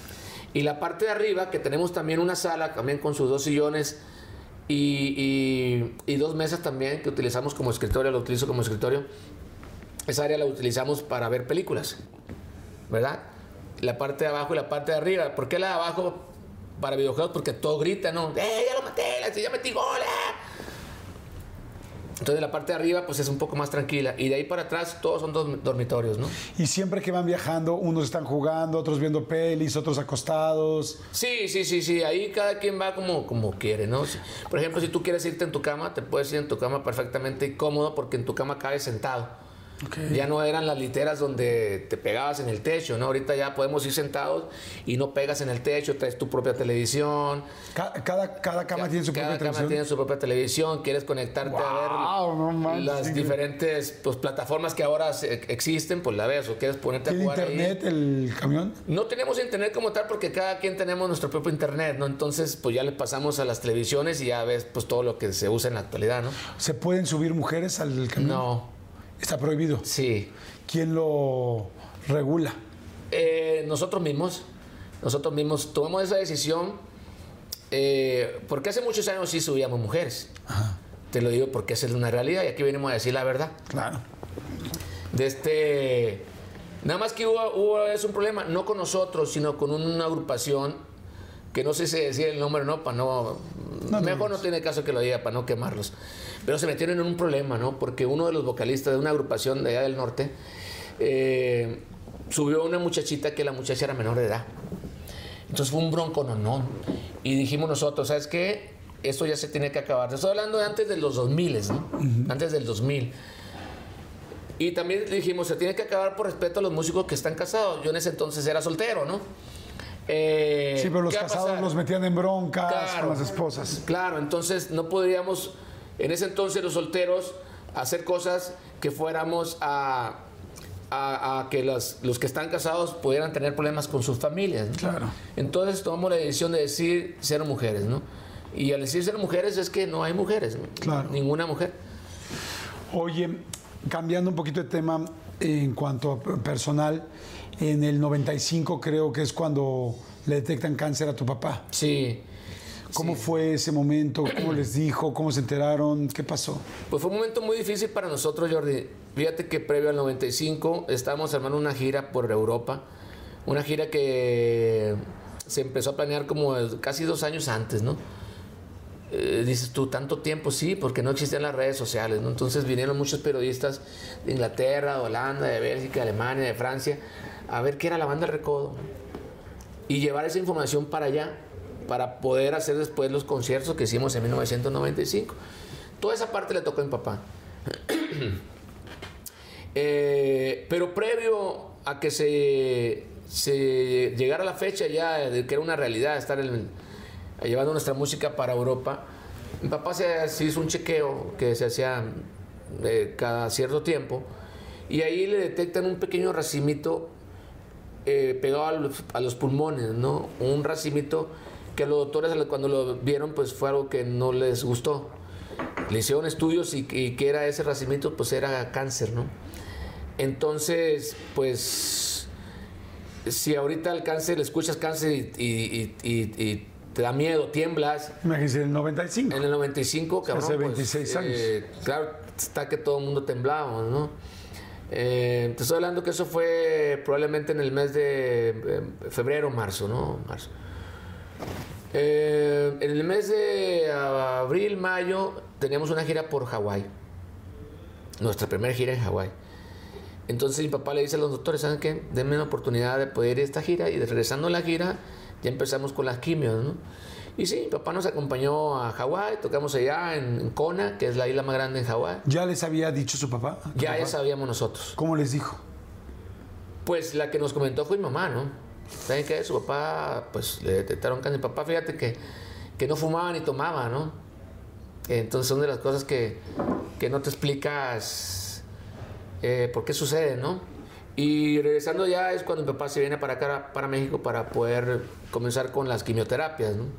Y la parte de arriba, que tenemos también una sala, también con sus dos sillones y, y, y dos mesas también, que utilizamos como escritorio, lo utilizo como escritorio. Esa área la utilizamos para ver películas, ¿verdad? La parte de abajo y la parte de arriba. ¿Por qué la de abajo para videojuegos? Porque todo grita, ¿no? ¡Eh, ya lo maté! ¡Ya metí gol! Entonces la parte de arriba pues es un poco más tranquila y de ahí para atrás todos son dos dormitorios, ¿no? Y siempre que van viajando, unos están jugando, otros viendo pelis, otros acostados. Sí, sí, sí, sí, ahí cada quien va como, como quiere, ¿no? Por ejemplo, si tú quieres irte en tu cama, te puedes ir en tu cama perfectamente cómodo porque en tu cama cabes sentado. Okay. Ya no eran las literas donde te pegabas en el techo, ¿no? Ahorita ya podemos ir sentados y no pegas en el techo, traes tu propia televisión. Cada, cada, cada cama cada, tiene su cada propia televisión. Cada cama tiene su propia televisión. Quieres conectarte wow, a ver no man, las sí, diferentes pues, plataformas que ahora existen, pues la ves, o quieres ponerte a jugar ¿Tiene internet ahí. el camión? No tenemos internet como tal porque cada quien tenemos nuestro propio internet, ¿no? Entonces, pues ya le pasamos a las televisiones y ya ves pues todo lo que se usa en la actualidad, ¿no? ¿Se pueden subir mujeres al camión? No. ¿Está prohibido? Sí. ¿Quién lo regula? Eh, nosotros mismos. Nosotros mismos tomamos esa decisión eh, porque hace muchos años sí subíamos mujeres. Ajá. Te lo digo porque esa es una realidad y aquí venimos a decir la verdad. Claro. De este... Nada más que hubo, hubo es un problema, no con nosotros, sino con una agrupación que no sé si decir el nombre, ¿no? Para no... no mejor no, no tiene caso que lo diga para no quemarlos. Pero se metieron en un problema, ¿no? Porque uno de los vocalistas de una agrupación de allá del norte eh, subió a una muchachita que la muchacha era menor de edad. Entonces fue un bronco, no, no. Y dijimos nosotros, ¿sabes qué? Esto ya se tiene que acabar. Estoy hablando de antes de los dos mil, ¿no? Uh-huh. Antes del dos mil. Y también dijimos, se tiene que acabar por respeto a los músicos que están casados. Yo en ese entonces era soltero, ¿no? Eh, sí, pero los casados los metían en broncas claro, con las esposas. Claro, entonces no podríamos, en ese entonces los solteros, hacer cosas que fuéramos a, a, a que los, los que están casados pudieran tener problemas con sus familias, ¿no? Claro. Entonces tomamos la decisión de decir ser mujeres, ¿no? Y al decir ser mujeres es que no hay mujeres, ¿no? Claro. Ninguna mujer. Oye, cambiando un poquito de tema en cuanto a personal, en el noventa y cinco creo que es cuando le detectan cáncer a tu papá. Sí. ¿Cómo sí. fue ese momento? ¿Cómo les dijo? ¿Cómo se enteraron? ¿Qué pasó? Pues fue un momento muy difícil para nosotros, Jordi. Fíjate que previo al noventa y cinco estábamos armando una gira por Europa. Una gira que se empezó a planear como casi dos años antes, ¿no? Eh, dices tú, tanto tiempo, sí, porque no existían las redes sociales, ¿no? Entonces vinieron muchos periodistas de Inglaterra, de Holanda, de Bélgica, de Alemania, de Francia, a ver qué era la banda Recodo, ¿no? Y llevar esa información para allá, para poder hacer después los conciertos que hicimos en mil novecientos noventa y cinco. Toda esa parte le tocó a mi papá. eh, pero previo a que se, se llegara la fecha ya de que era una realidad estar en, llevando nuestra música para Europa, mi papá se, se hizo un chequeo que se hacía eh, cada cierto tiempo, y ahí le detectan un pequeño racimito eh, pegado a los, a los pulmones, ¿no? Un racimito que los doctores cuando lo vieron pues fue algo que no les gustó. Le hicieron estudios y, y que era ese racimito, pues era cáncer, ¿no? Entonces, pues, si ahorita el cáncer, le escuchas cáncer y, y, y, y te da miedo, tiemblas. Imagínense, en el noventa y cinco. En el noventa y cinco, cabrón. Hace veintiséis pues, años. Eh, claro, está que todo el mundo temblábamos, ¿no? Eh, te estoy hablando que eso fue probablemente en el mes de eh, febrero, marzo, ¿no? Marzo. Eh, en el mes de abril, mayo, teníamos una gira por Hawái. Nuestra primera gira en Hawái. Entonces mi papá le dice a los doctores, ¿saben qué? Denme una oportunidad de poder ir a esta gira. Y de regresando a la gira, ya empezamos con las quimios, ¿no? Y sí, mi papá nos acompañó a Hawái, tocamos allá en, en Kona, que es la isla más grande en Hawái. ¿Ya les había dicho su papá? Ya, papá? ya sabíamos nosotros. ¿Cómo les dijo? Pues la que nos comentó fue mi mamá, ¿no? ¿Saben qué? Su papá, pues le detectaron cáncer. Mi papá, fíjate que, que no fumaba ni tomaba, ¿no? Entonces son de las cosas que, que no te explicas eh, por qué sucede, ¿no? Y regresando ya es cuando mi papá se viene para acá, para México, para poder comenzar con las quimioterapias, ¿no?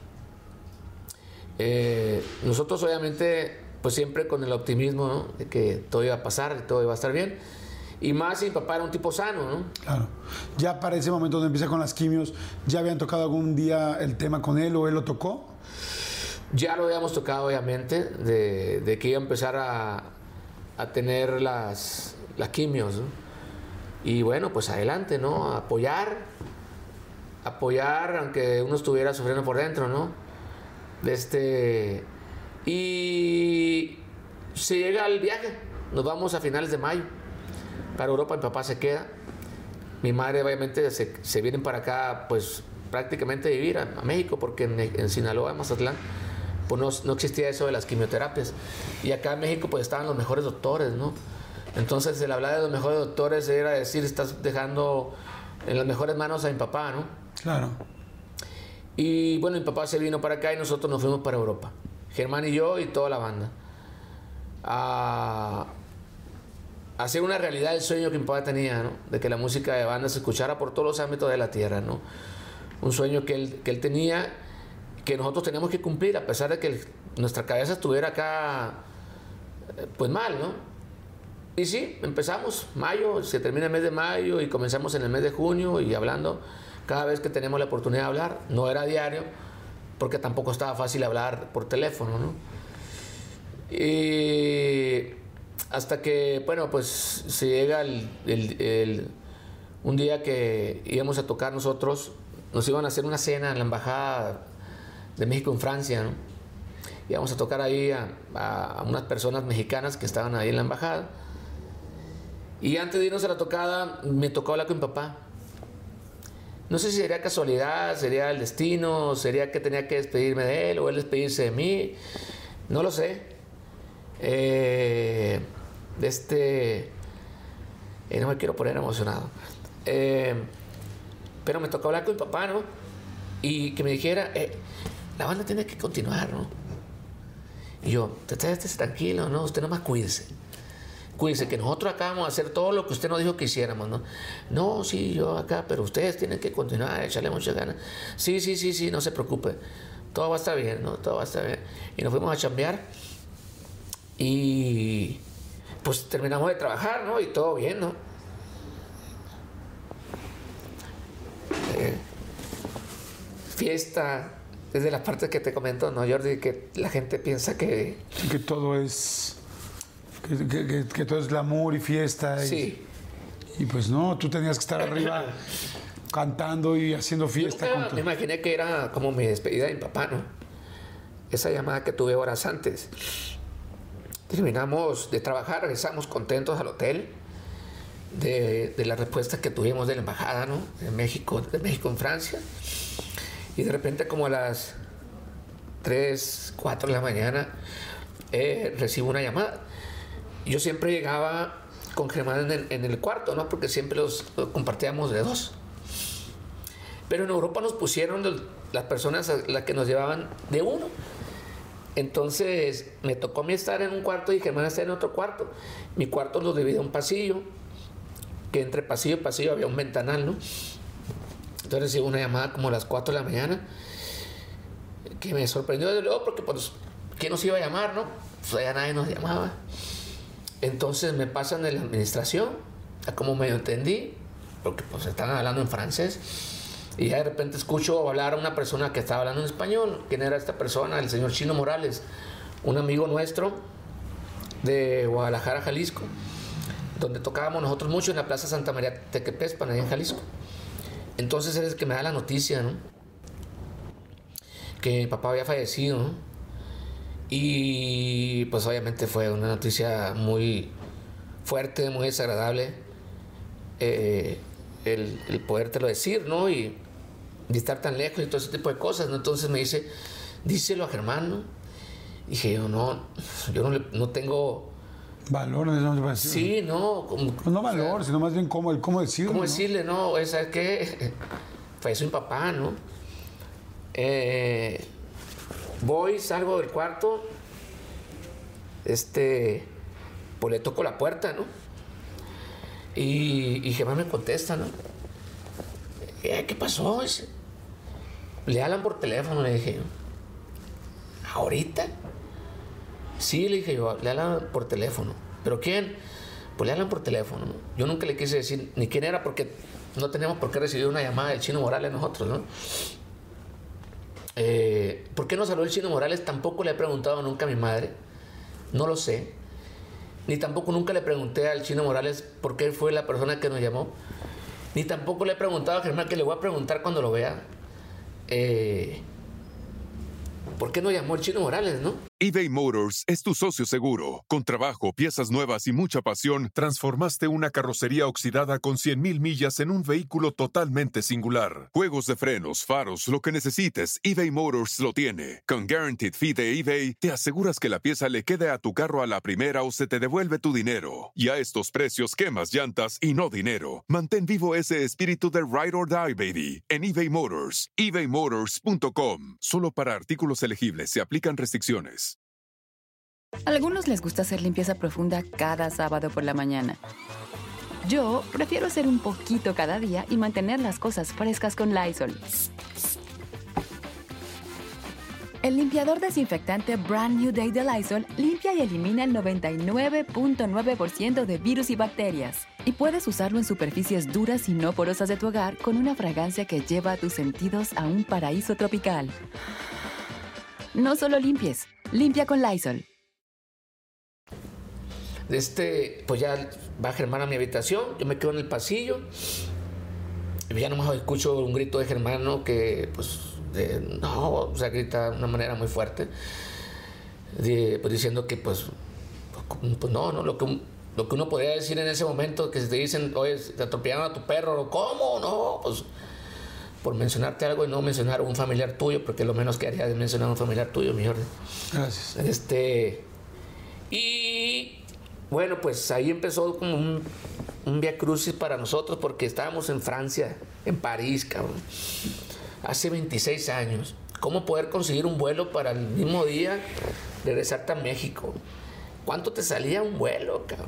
Eh, nosotros obviamente, pues siempre con el optimismo, ¿no? De que todo iba a pasar, de todo iba a estar bien. Y más si mi papá era un tipo sano, ¿no? Claro. Ya para ese momento donde empieza con las quimios, ¿ya habían tocado algún día el tema con él o él lo tocó? Ya lo habíamos tocado, obviamente, de, de que iba a empezar a, a tener las, las quimios, ¿no? Y bueno, pues adelante, ¿no? Apoyar, apoyar, aunque uno estuviera sufriendo por dentro, ¿no? Este, y se llega el viaje, nos vamos a finales de mayo para Europa. Mi papá se queda, mi madre obviamente se, se vienen para acá, pues prácticamente a vivir a, a México, porque en, en Sinaloa, en Mazatlán, pues no, no existía eso de las quimioterapias, y acá en México pues estaban los mejores doctores, ¿no? Entonces el hablar de los mejores doctores era decir, estás dejando en las mejores manos a mi papá, ¿no? Claro. Y bueno, mi papá se vino para acá y nosotros nos fuimos para Europa, Germán y yo y toda la banda, a hacer una realidad el sueño que mi papá tenía, ¿no? De que la música de banda se escuchara por todos los ámbitos de la tierra, ¿no? Un sueño que él, que él tenía, que nosotros teníamos que cumplir, a pesar de que el, nuestra cabeza estuviera acá, pues mal, ¿no? Y sí, empezamos, mayo, se termina el mes de mayo y comenzamos en el mes de junio y hablando cada vez que teníamos la oportunidad de hablar. No era diario, porque tampoco estaba fácil hablar por teléfono, ¿no? Y hasta que, bueno, pues se llega el, el, el, un día que íbamos a tocar nosotros, nos iban a hacer una cena en la Embajada de México en Francia, ¿no? Íbamos a tocar ahí a, a, a unas personas mexicanas que estaban ahí en la embajada. Y antes de irnos a la tocada, me tocó hablar con mi papá. No sé si sería casualidad, sería el destino, sería que tenía que despedirme de él o él despedirse de mí. No lo sé. Eh, este, eh, no me quiero poner emocionado. Eh, pero me tocó hablar con mi papá, ¿no? Y que me dijera, eh, la banda tiene que continuar, ¿no? Y yo, estés tranquilo, ¿no? Usted nomás cuídese. Cuídese que nosotros acá vamos a hacer todo lo que usted nos dijo que hiciéramos, ¿no? No, sí, yo acá, pero ustedes tienen que continuar, echarle muchas ganas. Sí, sí, sí, sí, no se preocupe. Todo va a estar bien, ¿no? Todo va a estar bien. Y nos fuimos a chambear y pues terminamos de trabajar, ¿no? Y todo bien, ¿no? Eh, fiesta, desde las partes que te comento, ¿no, Jordi? Que la gente piensa que... Que todo es... Que, que, que, que todo es glamour y fiesta. Y, sí. Y pues no, tú tenías que estar arriba cantando y haciendo fiesta. Yo nunca con tu... me imaginé que era como mi despedida de mi papá, ¿no? Esa llamada que tuve horas antes. Terminamos de trabajar, regresamos contentos al hotel de, de la respuesta que tuvimos de la embajada, ¿no? De México, de México en Francia. Y de repente como a las tres, cuatro de la mañana eh, recibo una llamada. Yo siempre llegaba con Germán en el, en el cuarto, ¿no? Porque siempre los, los compartíamos de dos. Pero en Europa nos pusieron los, las personas a las que nos llevaban de uno. Entonces me tocó a mí estar en un cuarto y Germán estar en otro cuarto. Mi cuarto lo dividía un pasillo, que entre pasillo y pasillo había un ventanal, ¿no? Entonces recibí una llamada como a las cuatro de la mañana, que me sorprendió desde luego porque pues, ¿quién nos iba a llamar, no? Pues ya nadie nos llamaba. Entonces me pasan de la administración, a como medio entendí, porque pues estaban hablando en francés, y ya de repente escucho hablar a una persona que estaba hablando en español. ¿Quién era esta persona? El señor Chino Morales, un amigo nuestro de Guadalajara, Jalisco, donde tocábamos nosotros mucho en la Plaza Santa María Tequepespan, ahí en Jalisco. Entonces él es el que me da la noticia, ¿no? Que mi papá había fallecido, ¿no? Y pues obviamente fue una noticia muy fuerte, muy desagradable, eh, el, el podértelo decir, ¿no? Y, y estar tan lejos y todo ese tipo de cosas, ¿no? Entonces me dice, díselo a Germán, ¿no? Y dije yo, no, yo no, le, no tengo... Valor, no, sí, no. Como, pues no valor, o sea, sino más bien cómo, cómo decirlo. ¿Cómo ¿no? decirle, no? ¿Sabes qué? Falleció mi papá, ¿no? Eh, voy, salgo del cuarto, este, pues le toco la puerta, ¿no? Y, y Germán me contesta, ¿no? Eh, ¿Qué pasó? Dice, le hablan por teléfono, le dije yo. ¿Ahorita? Sí, le dije yo, le hablan por teléfono. ¿Pero quién? Pues le hablan por teléfono, ¿no? Yo nunca le quise decir ni quién era porque no teníamos por qué recibir una llamada del Chino Morales nosotros, ¿no? Eh, ¿Por qué nos habló el Chino Morales? Tampoco le he preguntado nunca a mi madre. No lo sé. Ni tampoco nunca le pregunté al Chino Morales por qué fue la persona que nos llamó. Ni tampoco le he preguntado a Germán, que le voy a preguntar cuando lo vea. Eh, ¿Por qué nos llamó el Chino Morales, no? eBay Motors es tu socio seguro. Con trabajo, piezas nuevas y mucha pasión, transformaste una carrocería oxidada con cien mil millas en un vehículo totalmente singular. Juegos de frenos, faros, lo que necesites, eBay Motors lo tiene. Con Guaranteed Fee de eBay, te aseguras que la pieza le quede a tu carro a la primera o se te devuelve tu dinero. Y a estos precios, quemas llantas y no dinero. Mantén vivo ese espíritu de Ride or Die, baby, en eBay Motors. ebay motors punto com. Solo para artículos elegibles se aplican restricciones. A algunos les gusta hacer limpieza profunda cada sábado por la mañana. Yo prefiero hacer un poquito cada día y mantener las cosas frescas con Lysol. El limpiador desinfectante Brand New Day de Lysol limpia y elimina el noventa y nueve punto nueve por ciento de virus y bacterias. Y puedes usarlo en superficies duras y no porosas de tu hogar con una fragancia que lleva a tus sentidos a un paraíso tropical. No solo limpies, limpia con Lysol. Este, pues ya va Germán a mi habitación, yo me quedo en el pasillo y ya nomás escucho un grito de Germán, ¿no? Que pues de, no, o sea, grita de una manera muy fuerte, de, pues diciendo que pues, pues no, no, lo que, lo que uno podría decir en ese momento, que si te dicen, oye, te atropellaron a tu perro, ¿cómo? No, pues por mencionarte algo y no mencionar a un familiar tuyo, porque lo menos que haría es mencionar a un familiar tuyo, mi orden. Gracias. Este, y bueno, pues ahí empezó como un, un vía crucis para nosotros, porque estábamos en Francia, en París, cabrón, hace veintiséis años. ¿Cómo poder conseguir un vuelo para el mismo día regresarte a México? ¿Cuánto te salía un vuelo, cabrón?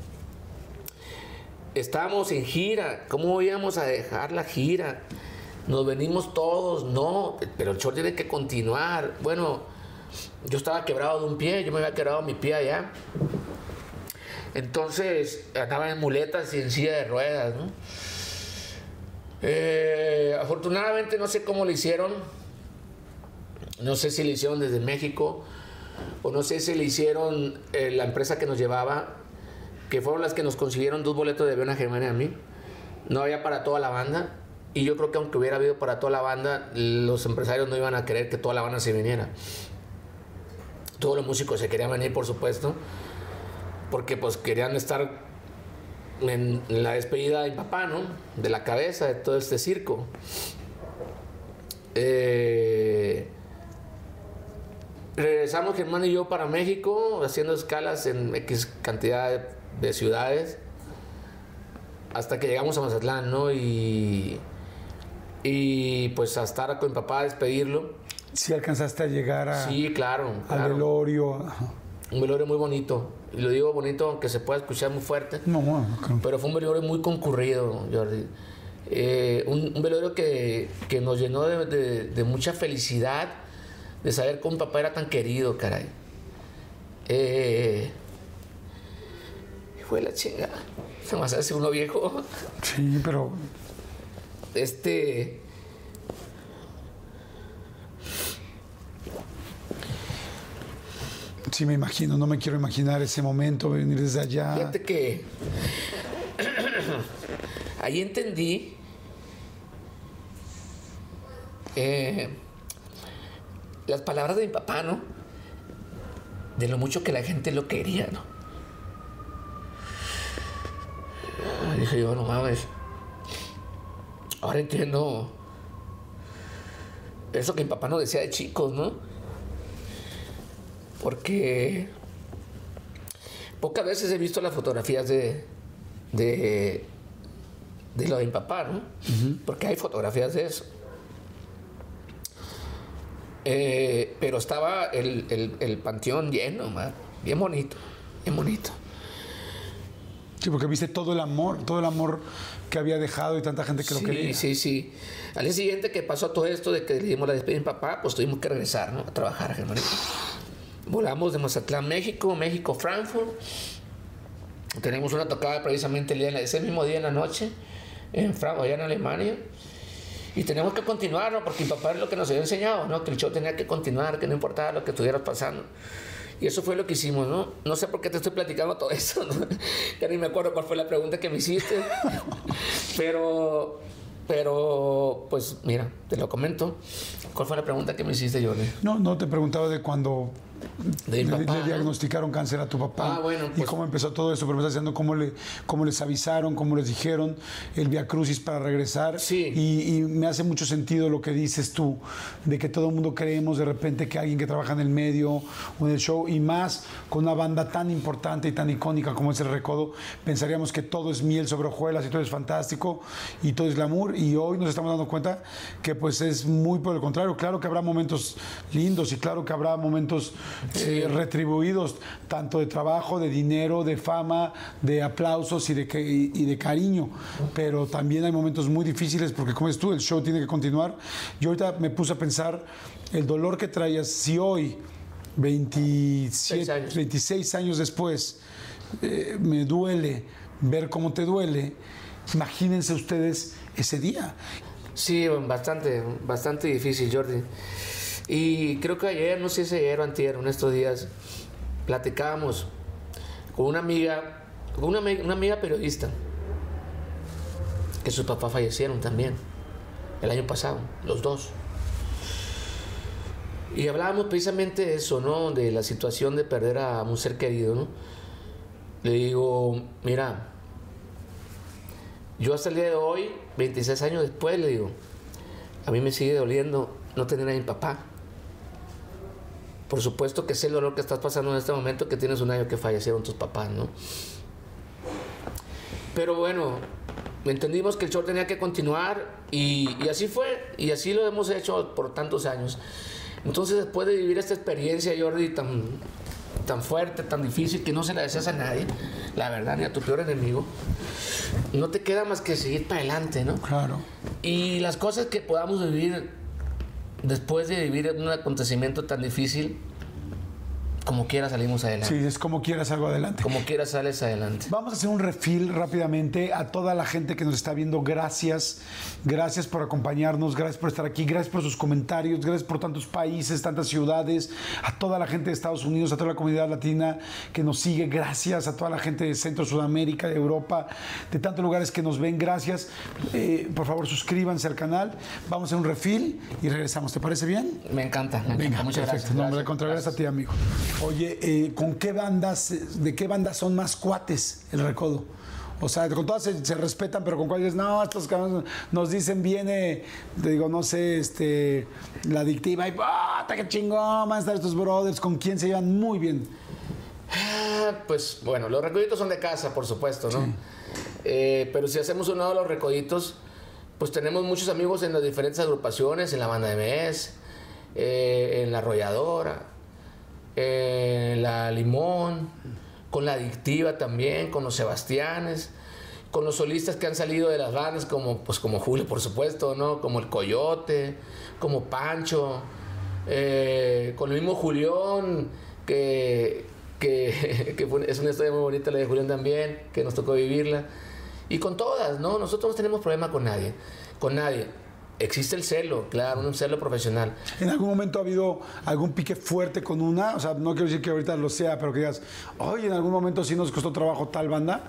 Estábamos en gira, ¿cómo íbamos a dejar la gira? Nos venimos todos, no, pero el show tiene que continuar. Bueno, yo estaba quebrado de un pie, yo me había quebrado mi pie allá. Entonces andaba en muletas y en silla de ruedas, ¿no? Eh, afortunadamente no sé cómo lo hicieron, no sé si lo hicieron desde México o no sé si lo hicieron eh, la empresa que nos llevaba, que fueron las que nos consiguieron dos boletos de avión a Germán y a mí. No había para toda la banda y yo creo que aunque hubiera habido para toda la banda, los empresarios no iban a querer que toda la banda se viniera. Todos los músicos se querían venir, por supuesto, porque pues querían estar en la despedida de mi papá, ¿no? De la cabeza de todo este circo. Eh, regresamos Germán y yo para México, haciendo escalas en X cantidad de, de ciudades, hasta que llegamos a Mazatlán, ¿no? Y y pues a estar con mi papá a despedirlo. ¿Sí alcanzaste a llegar a, sí, claro, al claro. velorio? Un velorio muy bonito. Y lo digo bonito aunque se pueda escuchar muy fuerte. No, bueno, claro. Pero fue un velorio muy concurrido, Jordi. Eh, un, un velorio que, que nos llenó de, de, de mucha felicidad, de saber que un papá era tan querido, caray. Eh, fue la chingada. Se me hace uno viejo. Sí, pero... Este... Sí, me imagino, no me quiero imaginar ese momento, venir desde allá. Fíjate que ahí entendí eh, las palabras de mi papá, ¿no? De lo mucho que la gente lo quería, ¿no? Dije yo, no mames. Ahora entiendo eso que mi papá nos decía de chicos, ¿no? Porque pocas veces he visto las fotografías de, de, de lo de mi papá, ¿no? Uh-huh. Porque hay fotografías de eso. Eh, pero estaba el, el, el panteón lleno, man, bien bonito, bien bonito. Sí, porque viste todo el amor, todo el amor que había dejado y tanta gente que sí, lo quería. Sí, sí, Al día siguiente que pasó todo esto de que le dimos la despedida a mi papá, pues tuvimos que regresar, ¿no? A trabajar, hermanito. Volamos de Mazatlán, México, México, Frankfurt. Tenemos una tocada precisamente el día, ese mismo día en la noche, en Frankfurt, allá en Alemania. Y tenemos que continuar, ¿no? Porque mi papá es lo que nos había enseñado, ¿no? Que el show tenía que continuar, que no importaba lo que estuviera pasando. Y eso fue lo que hicimos, ¿no? No sé por qué te estoy platicando todo eso, ¿no? Ya ni me acuerdo cuál fue la pregunta que me hiciste. Pero, pero, pues, mira, te lo comento. ¿Cuál fue la pregunta que me hiciste, Jordi? No, no te preguntaba de cuando de le, papá, le diagnosticaron ¿no? cáncer a tu papá. Ah, bueno, pues, y cómo empezó todo eso, pero me estás diciendo cómo, le, cómo les avisaron, cómo les dijeron el Vía Crucis para regresar. Sí. Y, y me hace mucho sentido lo que dices tú, de que todo el mundo creemos de repente que alguien que trabaja en el medio o en el show, y más con una banda tan importante y tan icónica como es El Recodo, pensaríamos que todo es miel sobre hojuelas y todo es fantástico y todo es glamour, y hoy nos estamos dando cuenta que pues es muy por el contrario. Claro que habrá momentos lindos y claro que habrá momentos sí. eh, retribuidos, tanto de trabajo, de dinero, de fama, de aplausos y de, y, y de cariño, pero también hay momentos muy difíciles porque, como dices tú, el show tiene que continuar. Yo ahorita me puse a pensar el dolor que traías si hoy, veintisiete, años. veintiséis años después, eh, me duele ver cómo te duele. Imagínense ustedes ese día. Sí, bastante, bastante difícil, Jordi. Y creo que ayer, no sé si ayer o antier, en estos días, platicábamos con una amiga, con una, una amiga periodista, que sus papás fallecieron también, el año pasado, los dos. Y hablábamos precisamente de eso, ¿no? De la situación de perder a un ser querido, ¿no? Le digo, mira, yo hasta el día de hoy, veintiséis años después, le digo, a mí me sigue doliendo no tener a mi papá. Por supuesto que sé el dolor que estás pasando en este momento, que tienes un año que fallecieron tus papás, ¿no? Pero bueno, entendimos que el show tenía que continuar y, y así fue, y así lo hemos hecho por tantos años. Entonces, después de vivir esta experiencia, Jordi, tan, tan fuerte, tan difícil, que no se la deseas a nadie, la verdad, ni a tu peor enemigo, no te queda más que seguir para adelante, ¿no? Claro. Y las cosas que podamos vivir después de vivir un acontecimiento tan difícil, como quiera salimos adelante. Sí, es como quieras algo adelante. Como quiera sales adelante. Vamos a hacer un refill rápidamente a toda la gente que nos está viendo. Gracias. Gracias por acompañarnos. Gracias por estar aquí. Gracias por sus comentarios. Gracias por tantos países, tantas ciudades. A toda la gente de Estados Unidos, a toda la comunidad latina que nos sigue. Gracias a toda la gente de Centro, Sudamérica, de Europa, de tantos lugares que nos ven. Gracias. Eh, por favor, suscríbanse al canal. Vamos a hacer un refill y regresamos. ¿Te parece bien? Me encanta. Me Venga, encanta. Muchas perfecto. gracias. No, al contrario, gracias a ti, amigo. Oye, eh, ¿con qué bandas, de qué bandas son más cuates El Recodo? O sea, con todas se, se respetan, pero con cuáles no, estos cabrones nos dicen, viene, te digo, no sé, este, La Adictiva, y ¡ah, qué chingón! Van a estar estos brothers, ¿con quién se llevan muy bien? Ah, pues bueno, los Recoditos son de casa, por supuesto, ¿no? Sí. Eh, pero si hacemos uno de los Recoditos, pues tenemos muchos amigos en las diferentes agrupaciones, en la Banda M S, eh, en La Arrolladora, eh, en La Limón, con La Adictiva también, con los Sebastianes, con los solistas que han salido de las bandas, como, pues, como Julio, por supuesto, ¿no? Como el Coyote, como Pancho, eh, con el mismo Julián, que, que, que fue, es una historia muy bonita la de Julián también, que nos tocó vivirla. Y con todas, ¿no? Nosotros no tenemos problema con nadie, con nadie. Existe el celo, claro, un celo profesional. ¿En algún momento ha habido algún pique fuerte con una? O sea, no quiero decir que ahorita lo sea, pero que digas, oye, ¿en algún momento sí nos costó trabajo tal banda?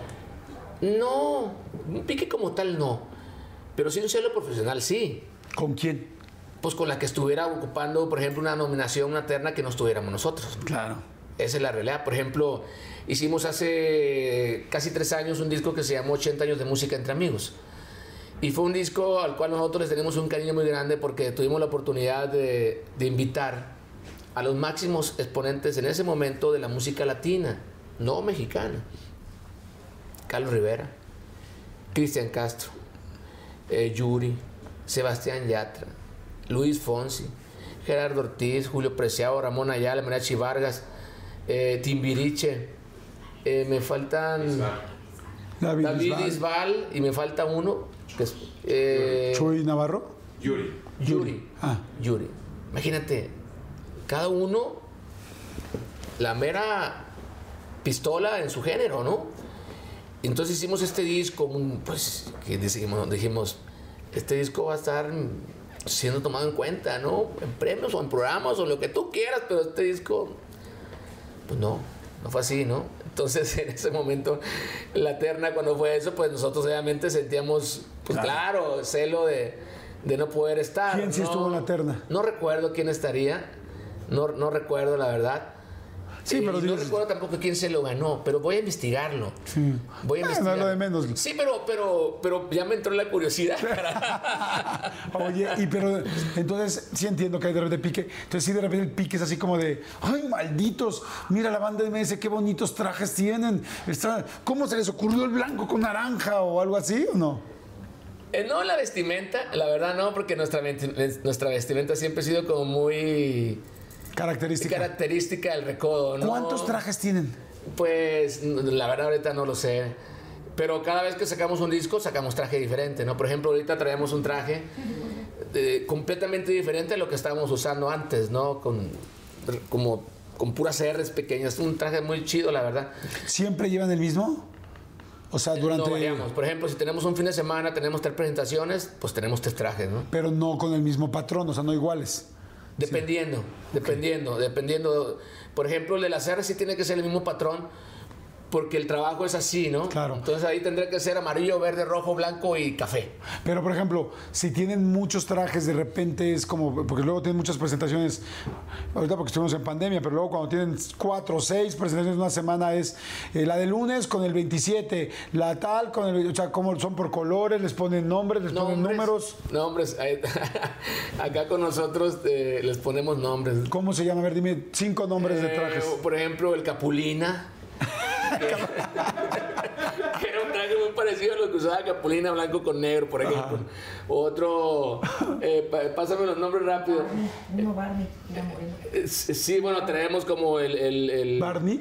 No, un pique como tal no. Pero sí un celo profesional, sí. ¿Con quién? Pues con la que estuviera ocupando, por ejemplo, una nominación, una terna que no estuviéramos nosotros. Claro. Esa es la realidad. Por ejemplo, hicimos hace casi tres años un disco que se llamó ochenta años de música entre amigos. Y fue un disco al cual nosotros les tenemos un cariño muy grande porque tuvimos la oportunidad de, de invitar a los máximos exponentes en ese momento de la música latina, no mexicana. Carlos Rivera, Cristian Castro, eh, Yuri, Sebastián Yatra, Luis Fonsi, Gerardo Ortiz, Julio Preciado, Ramón Ayala, Mariachi Vargas, eh, Timbiriche, eh, me faltan David, David Isbal. Isbal y me falta uno que es eh, Chuy Navarro. Yuri. Yuri. Ah. Yuri. Imagínate, cada uno la mera pistola en su género, ¿no? Entonces hicimos este disco, un, pues que dijimos, dijimos, este disco va a estar siendo tomado en cuenta, ¿no? En premios o en programas o lo que tú quieras, pero este disco, pues no, no fue así, ¿no? Entonces en ese momento, la terna cuando fue eso, pues nosotros obviamente sentíamos, pues claro, claro celo de, de no poder estar. ¿Quién sí ¿no? estuvo en la terna? No recuerdo quién estaría, no, no recuerdo la verdad. Sí, pero eh, dices... no recuerdo tampoco quién se lo ganó, pero voy a investigarlo. Sí. Voy a Ah, investigarlo. no es lo de menos. Sí, pero, pero, pero ya me entró la curiosidad. Oye, y pero entonces sí entiendo que hay de repente pique. Entonces sí de repente el pique es así como de, ay, malditos, mira la banda de M S, qué bonitos trajes tienen. Está, ¿cómo se les ocurrió el blanco con naranja o algo así o no? Eh, no, la vestimenta, la verdad no, porque nuestra, nuestra vestimenta siempre ha sido como muy... Característica. Característica del recodo, ¿no? ¿Cuántos trajes tienen? Pues la verdad ahorita no lo sé. Pero cada vez que sacamos un disco, sacamos traje diferente, ¿no? Por ejemplo, ahorita traemos un traje eh, completamente diferente a lo que estábamos usando antes, ¿no? Con, como, con puras R's pequeñas. Un traje muy chido, la verdad. ¿Siempre llevan el mismo? O sea, durante... No variamos. Por ejemplo, si tenemos un fin de semana, tenemos tres presentaciones, pues tenemos tres trajes, ¿no? Pero no con el mismo patrón, o sea, no iguales. Dependiendo, sí. dependiendo, okay. dependiendo. Por ejemplo, el de la serra sí tiene que ser el mismo patrón porque el trabajo es así, ¿no? Claro. Entonces ahí tendría que ser amarillo, verde, rojo, blanco y café. Pero, por ejemplo, si tienen muchos trajes, de repente es como... Porque luego tienen muchas presentaciones, ahorita porque estuvimos en pandemia, pero luego cuando tienen cuatro o seis presentaciones en una semana es eh, la de lunes con el veintisiete, la tal con el... O sea, como son por colores, les ponen nombres, les nombres, ponen números. Nombres. Acá con nosotros eh, les ponemos nombres. ¿Cómo se llama? A ver, dime cinco nombres eh, de trajes. Por ejemplo, el Capulina. que, que era un traje muy parecido a lo que usaba Capulina, blanco con negro, por ejemplo. Ajá. Otro, eh, pásame los nombres rápido. No, Barney, eh, sí, bueno, tenemos como el... el, el ¿Barney?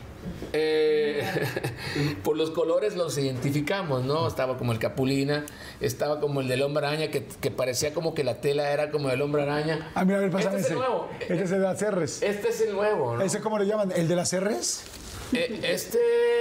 Eh, por los colores los identificamos, ¿no? Estaba como el Capulina, estaba como el del Hombre Araña, que, que parecía como que la tela era como del Hombre Araña. Ah, mira, a ver, pásame este ese. Es el nuevo. Este es el de las R's. Este es el nuevo, ¿no? ¿Ese cómo le llaman? ¿El de las R's? Eh, este...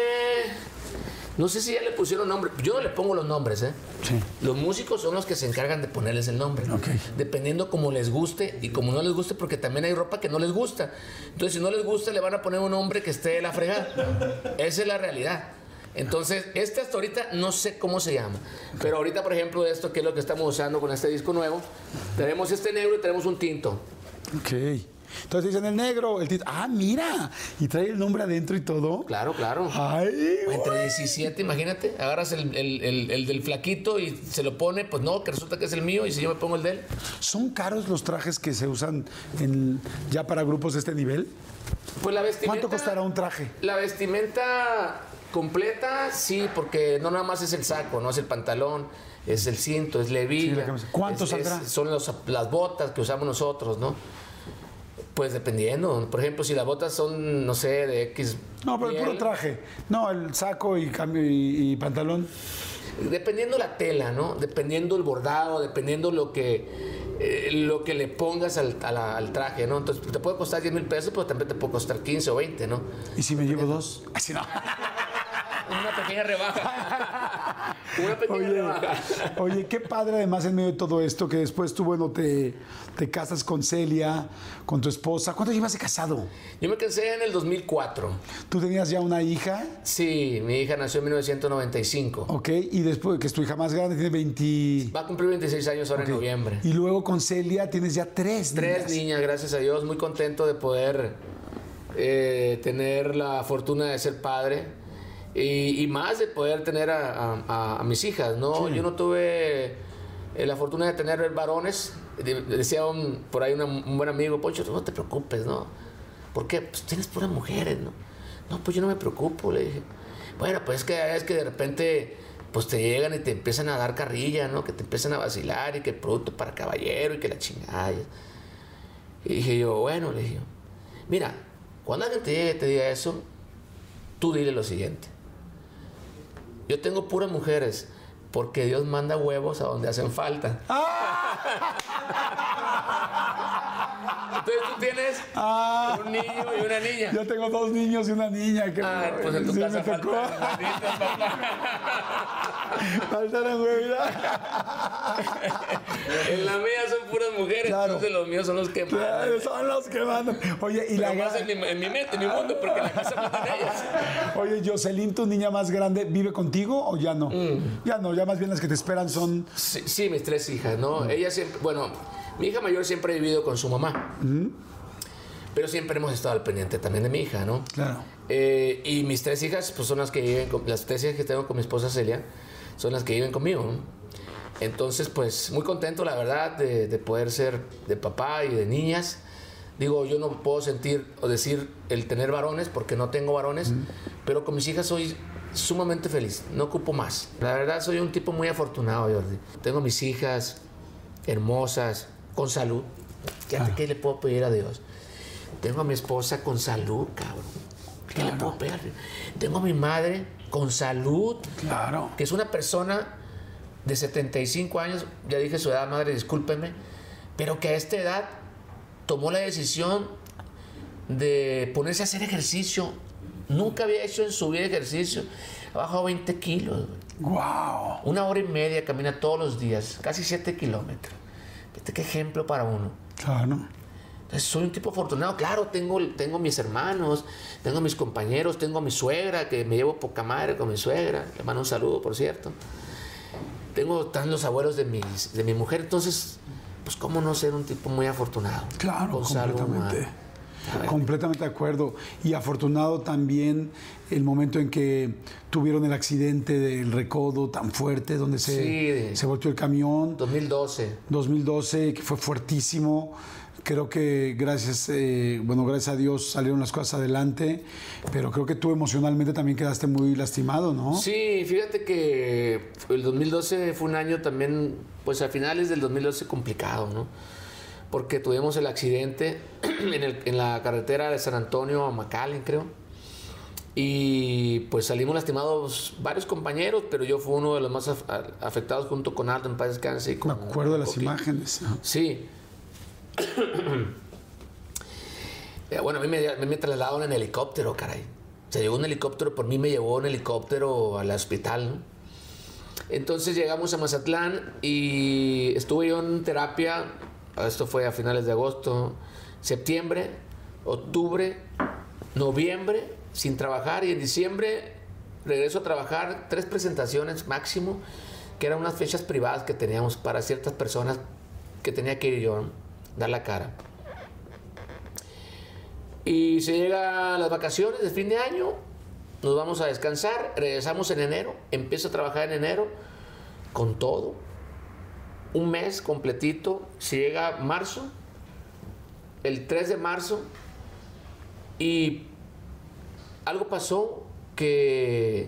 No sé si ya le pusieron nombre. Yo no le pongo los nombres, ¿eh? Sí. Los músicos son los que se encargan de ponerles el nombre. Okay. Dependiendo como les guste y como no les guste, porque también hay ropa que no les gusta. Entonces, si no les gusta, le van a poner un nombre que esté de la fregada. Esa es la realidad. Entonces, este hasta ahorita no sé cómo se llama. Pero ahorita, por ejemplo, esto que es lo que estamos usando con este disco nuevo, tenemos este negro y tenemos un tinto. Ok. Entonces dicen el negro, el título. Ah, mira. Y trae el nombre adentro y todo. Claro, claro. Ay, entre diecisiete, imagínate. Agarras el, el, el, el del flaquito y se lo pone. Pues no, que resulta que es el mío. Y si yo me pongo el de él. ¿Son caros los trajes que se usan en, ya para grupos de este nivel? Pues la vestimenta. ¿Cuánto costará un traje? La vestimenta Completa, sí, porque no nada más es el saco, no es el pantalón, es el cinto, es la hebilla. Sí, ¿cuánto es, saldrá? Es, son los, las botas que usamos nosotros, ¿no? Pues dependiendo. Por ejemplo, si las botas son, no sé, de X. No, pero el puro traje. No, el saco y cambio y, y pantalón. Dependiendo la tela, ¿no? Dependiendo el bordado, dependiendo lo que, eh, lo que le pongas al, a la, al traje, ¿no? Entonces te puede costar diez mil pesos, pero también te puede costar quince o veinte, ¿no? ¿Y si me llevo dos? Así no. Una pequeña rebaja. Una pequeña oye, rebaja. Oye, qué padre además en medio de todo esto, que después tú, bueno, te, te casas con Celia, con tu esposa. ¿Cuánto llevas de casado? Yo me casé en el dos mil cuatro. ¿Tú tenías ya una hija? Sí, mi hija nació en mil novecientos noventa y cinco. Ok, y después, que es tu hija más grande, tiene veinte... Va a cumplir veintiséis años ahora okay. en noviembre. Y luego con Celia tienes ya tres Tres niñas. niñas, gracias a Dios. Muy contento de poder eh, tener la fortuna de ser padre. Y, y más de poder tener a, a, a mis hijas, ¿no? Sí. Yo no tuve eh, la fortuna de tener varones. De, decía un, por ahí una, un buen amigo, Poncho, no te preocupes, ¿no? ¿Por qué? Pues tienes puras mujeres, ¿no? No, pues yo no me preocupo, le dije. Bueno, pues es que, es que de repente pues te llegan y te empiezan a dar carrilla, ¿no? Que te empiezan a vacilar y que producto para caballero y que la chingada. Y dije yo, bueno, le dije, mira, cuando alguien te llegue y te diga eso, tú dile lo siguiente. Yo tengo puras mujeres porque Dios manda huevos a donde hacen falta. ¡Ah! Entonces tú tienes ah, un niño y una niña. Yo tengo dos niños y una niña. Que ah, pues en tu sí, casa me tocó. Faltaron huevos. En la mía son puras mujeres, claro. Entonces los míos son los que mandan. Claro, son los que mandan. Oye, y pero la más en mi, en mi mente, en mi mundo, porque en la casa mandan ellas. Oye, Jocelyn, tu niña más grande, ¿vive contigo o ya no? Mm. Ya no, ya más bien las que te esperan son... Sí, sí mis tres hijas, ¿no? Mm. Ellas siempre, bueno, mi hija mayor siempre ha vivido con su mamá. Mm. Pero siempre hemos estado al pendiente también de mi hija, ¿no? Claro. Eh, y mis tres hijas, pues son las que viven, con, las tres hijas que tengo con mi esposa Celia, son las que viven conmigo, ¿no? Entonces, pues muy contento, la verdad, de, de poder ser de papá y de niñas. Digo, yo no puedo sentir o decir el tener varones porque no tengo varones, mm. pero con mis hijas soy sumamente feliz, no ocupo más. La verdad, soy un tipo muy afortunado, Jordi. Tengo mis hijas hermosas, con salud. Fíjate, ¿qué le puedo pedir a Dios? Tengo a mi esposa con salud, cabrón. ¿Qué claro. le puedo pedir? Tengo a mi madre con salud. Claro. Que es una persona de setenta y cinco años, ya dije su edad, madre, discúlpeme, pero que a esta edad tomó la decisión de ponerse a hacer ejercicio. Nunca había hecho en su vida ejercicio. Ha bajado veinte kilos. ¡Wow! Una hora y media camina todos los días, casi siete kilómetros. Fíjate qué ejemplo para uno. Claro. Entonces, soy un tipo afortunado. Claro, tengo, tengo mis hermanos, tengo mis compañeros, tengo a mi suegra, que me llevo poca madre con mi suegra. Le mando un saludo, por cierto. Tengo están los abuelos de, mis, de mi mujer. Entonces, pues, ¿cómo no ser un tipo muy afortunado? Claro, con completamente. Completamente de acuerdo. Y afortunado también el momento en que tuvieron el accidente del recodo tan fuerte, donde se, sí, se volteó el camión. dos mil doce. dos mil doce, que fue fuertísimo. Creo que gracias, eh, bueno, gracias a Dios salieron las cosas adelante, pero creo que tú emocionalmente también quedaste muy lastimado, ¿no? Sí, fíjate que el dos mil doce fue un año también, pues a finales del dos mil doce complicado, ¿no? Porque tuvimos el accidente en, el, en la carretera de San Antonio a McAllen, creo. Y pues salimos lastimados varios compañeros, pero yo fui uno de los más af afectados junto con Aldo en paz descanse. Me acuerdo de las imágenes. ¿No? Sí. Bueno, a mí me, me trasladaron en helicóptero, caray. Se llegó un helicóptero, por mí me llevó un helicóptero al hospital, ¿no? Entonces llegamos a Mazatlán y estuve yo en terapia. Esto fue a finales de agosto, septiembre, octubre, noviembre, sin trabajar. Y en diciembre regreso a trabajar, tres presentaciones máximo, que eran unas fechas privadas que teníamos para ciertas personas que tenía que ir yo, ¿no? Dar la cara. Y se llega a las vacaciones de fin de año, nos vamos a descansar, regresamos en enero, empiezo a trabajar en enero con todo, un mes completito, se llega marzo, el tres de marzo, y algo pasó que,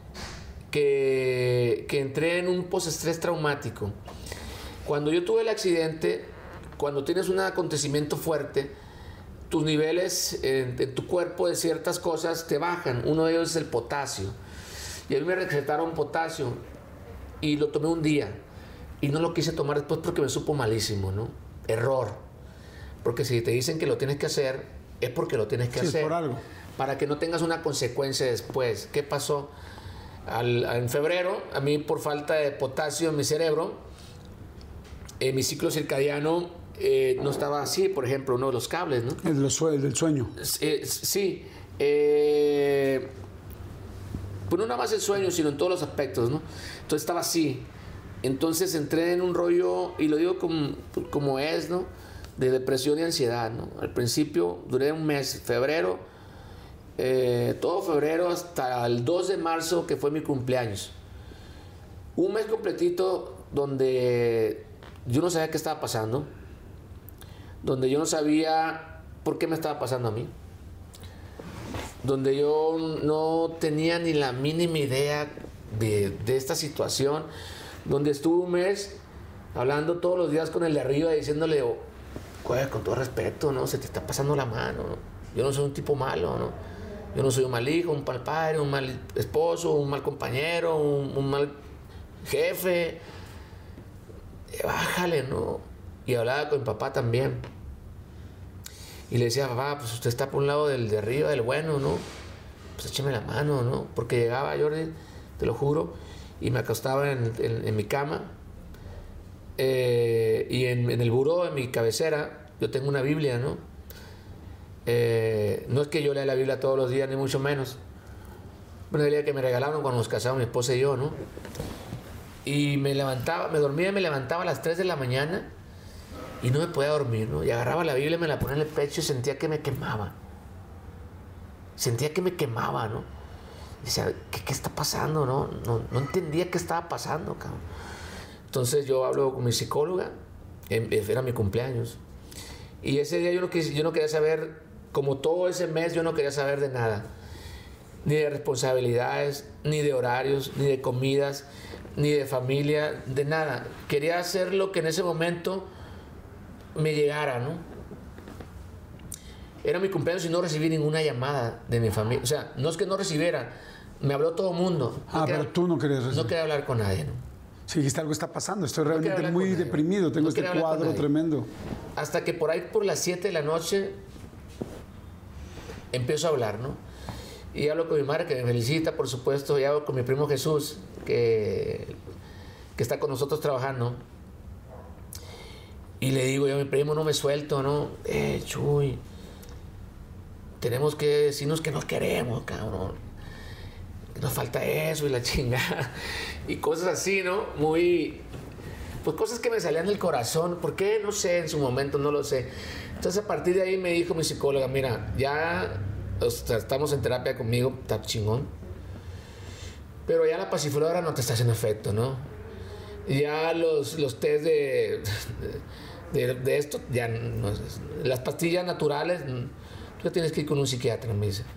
que, que entré en un postestrés traumático. Cuando yo tuve el accidente, cuando tienes un acontecimiento fuerte, tus niveles en, en tu cuerpo de ciertas cosas te bajan. Uno de ellos es el potasio. Y a mí me recetaron potasio y lo tomé un día. Y no lo quise tomar después porque me supo malísimo, ¿no? Error. Porque si te dicen que lo tienes que hacer, es porque lo tienes que sí, hacer. Es por algo. Para que no tengas una consecuencia después. ¿Qué pasó? Al, en febrero, a mí por falta de potasio en mi cerebro, eh, mi ciclo circadiano eh, no estaba así, por ejemplo, uno de los cables, ¿no? El, de los, el del sueño. Eh, sí. Eh, pues no nada más el sueño, sino en todos los aspectos, ¿no? Entonces estaba así. Entonces entré en un rollo, y lo digo como, como es, ¿no? De depresión y ansiedad, ¿no? Al principio duré un mes, febrero, eh, todo febrero hasta el dos de marzo, que fue mi cumpleaños. Un mes completito donde yo no sabía qué estaba pasando, donde yo no sabía por qué me estaba pasando a mí, donde yo no tenía ni la mínima idea de, de esta situación, donde estuve un mes hablando todos los días con el de arriba, diciéndole, oh, con todo respeto, ¿no? Se te está pasando la mano, ¿no? Yo no soy un tipo malo, ¿no? Yo no soy un mal hijo, un mal padre, un mal esposo, un mal compañero, un, un mal jefe. Bájale, ¿no? Y hablaba con mi papá también. Y le decía, papá, pues usted está por un lado del de arriba, del bueno, ¿no? Pues écheme la mano, ¿no? Porque llegaba Jordi, te lo juro, y me acostaba en, en, en mi cama, eh, y en, en el buró, en mi cabecera, yo tengo una Biblia, ¿no? Eh, no es que yo lea la Biblia todos los días, ni mucho menos. Una Biblia que me regalaron cuando nos casamos mi esposa y yo, ¿no? Y me levantaba, me dormía y me levantaba a las tres de la mañana y no me podía dormir, ¿no? Y agarraba la Biblia, me la ponía en el pecho y sentía que me quemaba. Sentía que me quemaba, ¿no? Y decía, ¿qué, qué está pasando, no? No, no entendía qué estaba pasando, cabrón. Entonces yo hablo con mi psicóloga, era mi cumpleaños. Y ese día yo no, quis, yo no quería saber, como todo ese mes, yo no quería saber de nada. Ni de responsabilidades, ni de horarios, ni de comidas, ni de familia, de nada. Quería hacer lo que en ese momento me llegara, ¿no? Era mi cumpleaños y no recibí ninguna llamada de mi familia. O sea, no es que no recibiera, me habló todo el mundo. No ah, quería, pero tú no querías recibir. No quería hablar con nadie, ¿no? Sí, dijiste, algo está pasando, estoy No realmente muy deprimido, tengo no este cuadro tremendo. Hasta que por ahí, por las siete de la noche, empiezo a hablar, ¿no? Y hablo con mi madre, que me felicita, por supuesto, y hablo con mi primo Jesús, que, que está con nosotros trabajando. Y le digo yo a mi primo, no me suelto, ¿no? Eh, Chuy, tenemos que decirnos que nos queremos, cabrón. Nos falta eso y la chingada. Y cosas así, ¿no? Muy... Pues cosas que me salían del corazón. ¿Por qué? No sé, en su momento, no lo sé. Entonces, a partir de ahí me dijo mi psicóloga, mira, ya o sea, estamos en terapia conmigo, está chingón. Pero ya la pasiflora no te está haciendo efecto, ¿no? Ya los, los test de, de, de esto, ya no, las pastillas naturales, tú ya tienes que ir con un psiquiatra, me dice.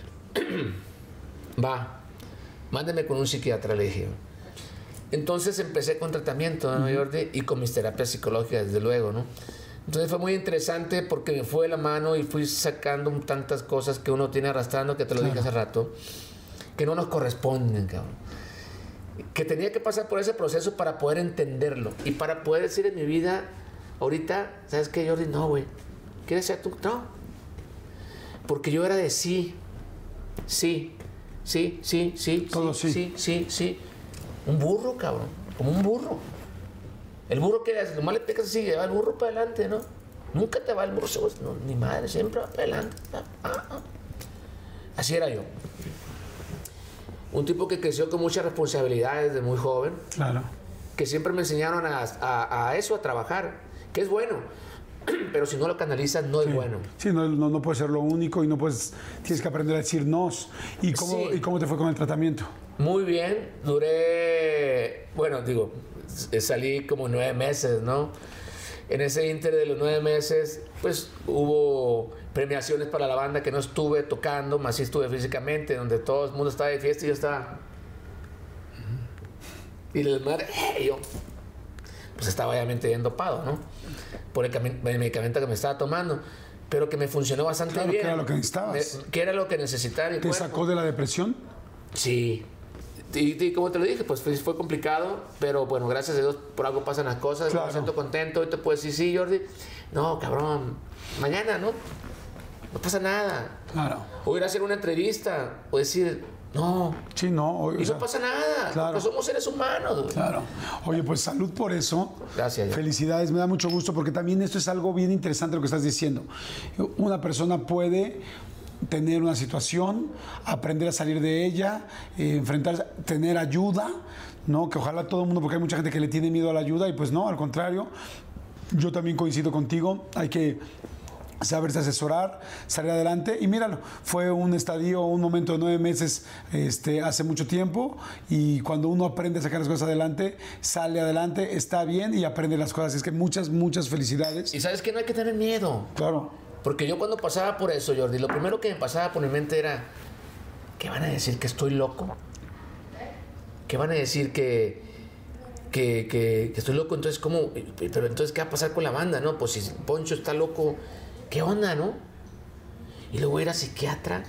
Va, mándeme con un psiquiatra, le dije. Entonces empecé con tratamiento, ¿no, Jordi? Y con mis terapias psicológicas, desde luego, ¿no? Entonces fue muy interesante porque me fue de la mano y fui sacando tantas cosas que uno tiene arrastrando, que te lo claro. dije hace rato, que no nos corresponden, cabrón. Que tenía que pasar por ese proceso para poder entenderlo y para poder decir en mi vida, ahorita, ¿sabes qué, Jordi? No, güey. ¿Quieres ser tú? No. Porque yo era de sí, sí, sí, sí, sí, Todo sí, sí, sí, sí. Un burro, cabrón. Como un burro. El burro que hace, nomás le picas así, lleva el burro para adelante, ¿no? Nunca te va el burro, no, ni madre, siempre va para adelante. Ah, ah. Así era yo. Un tipo que creció con muchas responsabilidades desde muy joven. Claro. Que siempre me enseñaron a, a, a eso, a trabajar, que es bueno. Pero si no lo canalizas, no sí. es bueno. Sí, no, no, no puede ser lo único y no puedes, tienes que aprender a decir no. ¿Y cómo, sí. ¿Y cómo te fue con el tratamiento? Muy bien, duré, bueno, digo, salí como nueve meses, ¿no? En ese inter de los nueve meses, pues hubo premiaciones para la banda que no estuve tocando, más sí estuve físicamente, donde todo el mundo estaba de fiesta y yo estaba... Y el madre, eh, yo, pues estaba obviamente bien dopado, ¿no? Por el, el medicamento que me estaba tomando, pero que me funcionó bastante claro, bien. Que era lo que necesitabas. Me, que era lo que necesitaba mi ¿Te cuerpo. sacó de la depresión? Sí. Y, y como te lo dije, pues fue, fue complicado, pero bueno, gracias a Dios por algo pasan las cosas, claro. Me siento contento, y te puedo decir, sí, Jordi, no, cabrón, mañana, ¿no? No pasa nada. Claro. O ir a hacer una entrevista, o decir, no. Sí, no. O, y o sea, no pasa nada, claro. Porque somos seres humanos. Claro. Oye, pues salud por eso. Gracias. Ya. Felicidades, me da mucho gusto, porque también esto es algo bien interesante lo que estás diciendo. Una persona puede tener una situación, aprender a salir de ella, eh, enfrentarse, tener ayuda, ¿no? Que ojalá todo el mundo, porque hay mucha gente que le tiene miedo a la ayuda y pues no, al contrario, yo también coincido contigo, hay que saberse asesorar, salir adelante y míralo, fue un estadio, un momento de nueve meses este, hace mucho tiempo y cuando uno aprende a sacar las cosas adelante, sale adelante, está bien y aprende las cosas, es que muchas, muchas felicidades. Y sabes que no hay que tener miedo. Claro. Porque yo cuando pasaba por eso, Jordi, lo primero que me pasaba por mi mente era, ¿qué van a decir? ¿Que estoy loco? ¿Qué van a decir? ¿Que, que, que, que estoy loco? Entonces, ¿cómo? Pero entonces, ¿qué va a pasar con la banda? No, pues si Poncho está loco, ¿qué onda, no? Y luego era psiquiatra.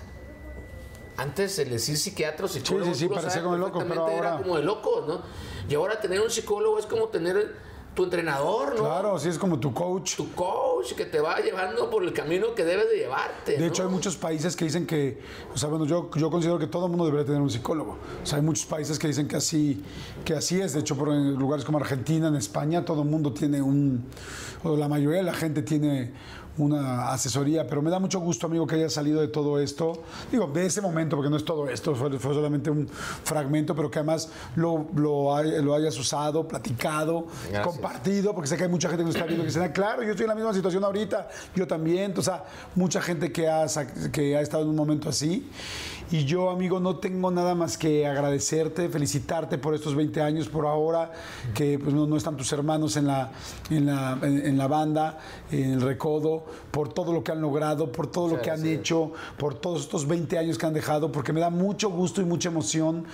Antes el decir psiquiatra o psicólogo, sí, sí, sí, parecía como loco, pero ahora... era como de loco, ¿no? Y ahora tener un psicólogo es como tener tu entrenador, ¿no? Claro, sí, es como tu coach. Tu coach que te va llevando por el camino que debes de llevarte. De ¿no? hecho, hay muchos países que dicen que, o sea, bueno, yo, yo considero que todo el mundo debería tener un psicólogo. O sea, hay muchos países que dicen que así, que así es. De hecho, por en lugares como Argentina, en España, todo el mundo tiene un, o la mayoría de la gente tiene una asesoría, pero me da mucho gusto, amigo, que hayas salido de todo esto, digo, de ese momento, porque no es todo esto, fue, fue solamente un fragmento, pero que además lo, lo, hay, lo hayas usado, platicado, gracias. Compartido, porque sé que hay mucha gente que nos está viendo que dice, ah, claro, yo estoy en la misma situación ahorita, yo también, o sea, mucha gente que ha, que ha estado en un momento así, y yo, amigo, no tengo nada más que agradecerte, felicitarte por estos veinte años, por ahora, que pues, no, no están tus hermanos en la, en la, en, en la banda, en el Recodo, por todo lo que han logrado, por todo lo sí, que han sí. hecho, por todos estos veinte años que han dejado, porque me da mucho gusto y mucha emoción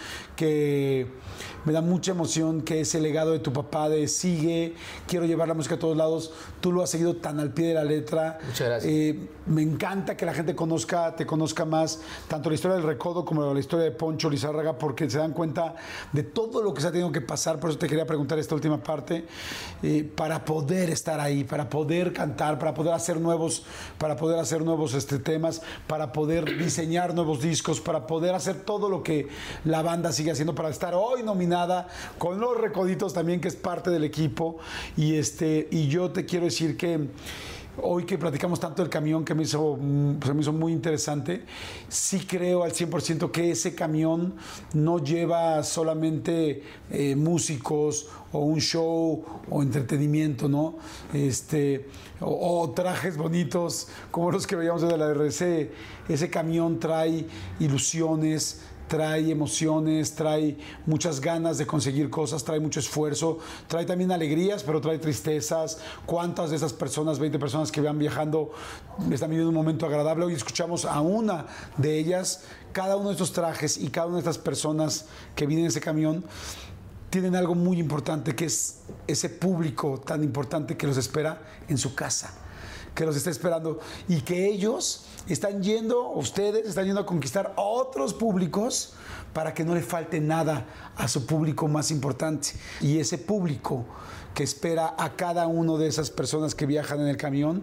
que me da mucha emoción que ese legado de tu papá de sigue, quiero llevar la música a todos lados, tú lo has seguido tan al pie de la letra. Muchas gracias. Eh, me encanta que la gente conozca, te conozca más, tanto la historia del Recodo como la historia de Poncho Lizárraga, porque se dan cuenta de todo lo que se ha tenido que pasar, por eso te quería preguntar esta última parte, eh, para poder estar ahí, para poder cantar, para poder hacer nuevos, para poder hacer nuevos este, temas, para poder diseñar nuevos discos, para poder hacer todo lo que la banda sigue haciendo, para estar hoy nominada con los Recoditos también, que es parte del equipo. Y, este, y yo te quiero decir que hoy que platicamos tanto del camión, que me hizo, pues me hizo muy interesante, sí creo al cien por ciento que ese camión no lleva solamente eh, músicos o un show o entretenimiento, ¿no? Este, o, o trajes bonitos como los que veíamos de la R C. Ese camión trae ilusiones, trae emociones, trae muchas ganas de conseguir cosas, trae mucho esfuerzo, trae también alegrías, pero trae tristezas. ¿Cuántas de esas personas, veinte personas que van viajando, están viviendo un momento agradable? Hoy escuchamos a una de ellas. Cada uno de estos trajes y cada una de estas personas que vienen en ese camión tienen algo muy importante, que es ese público tan importante que los espera en su casa, que los está esperando, y que ellos están yendo, ustedes están yendo a conquistar a otros públicos para que no le falte nada a su público más importante. Y ese público que espera a cada una de esas personas que viajan en el camión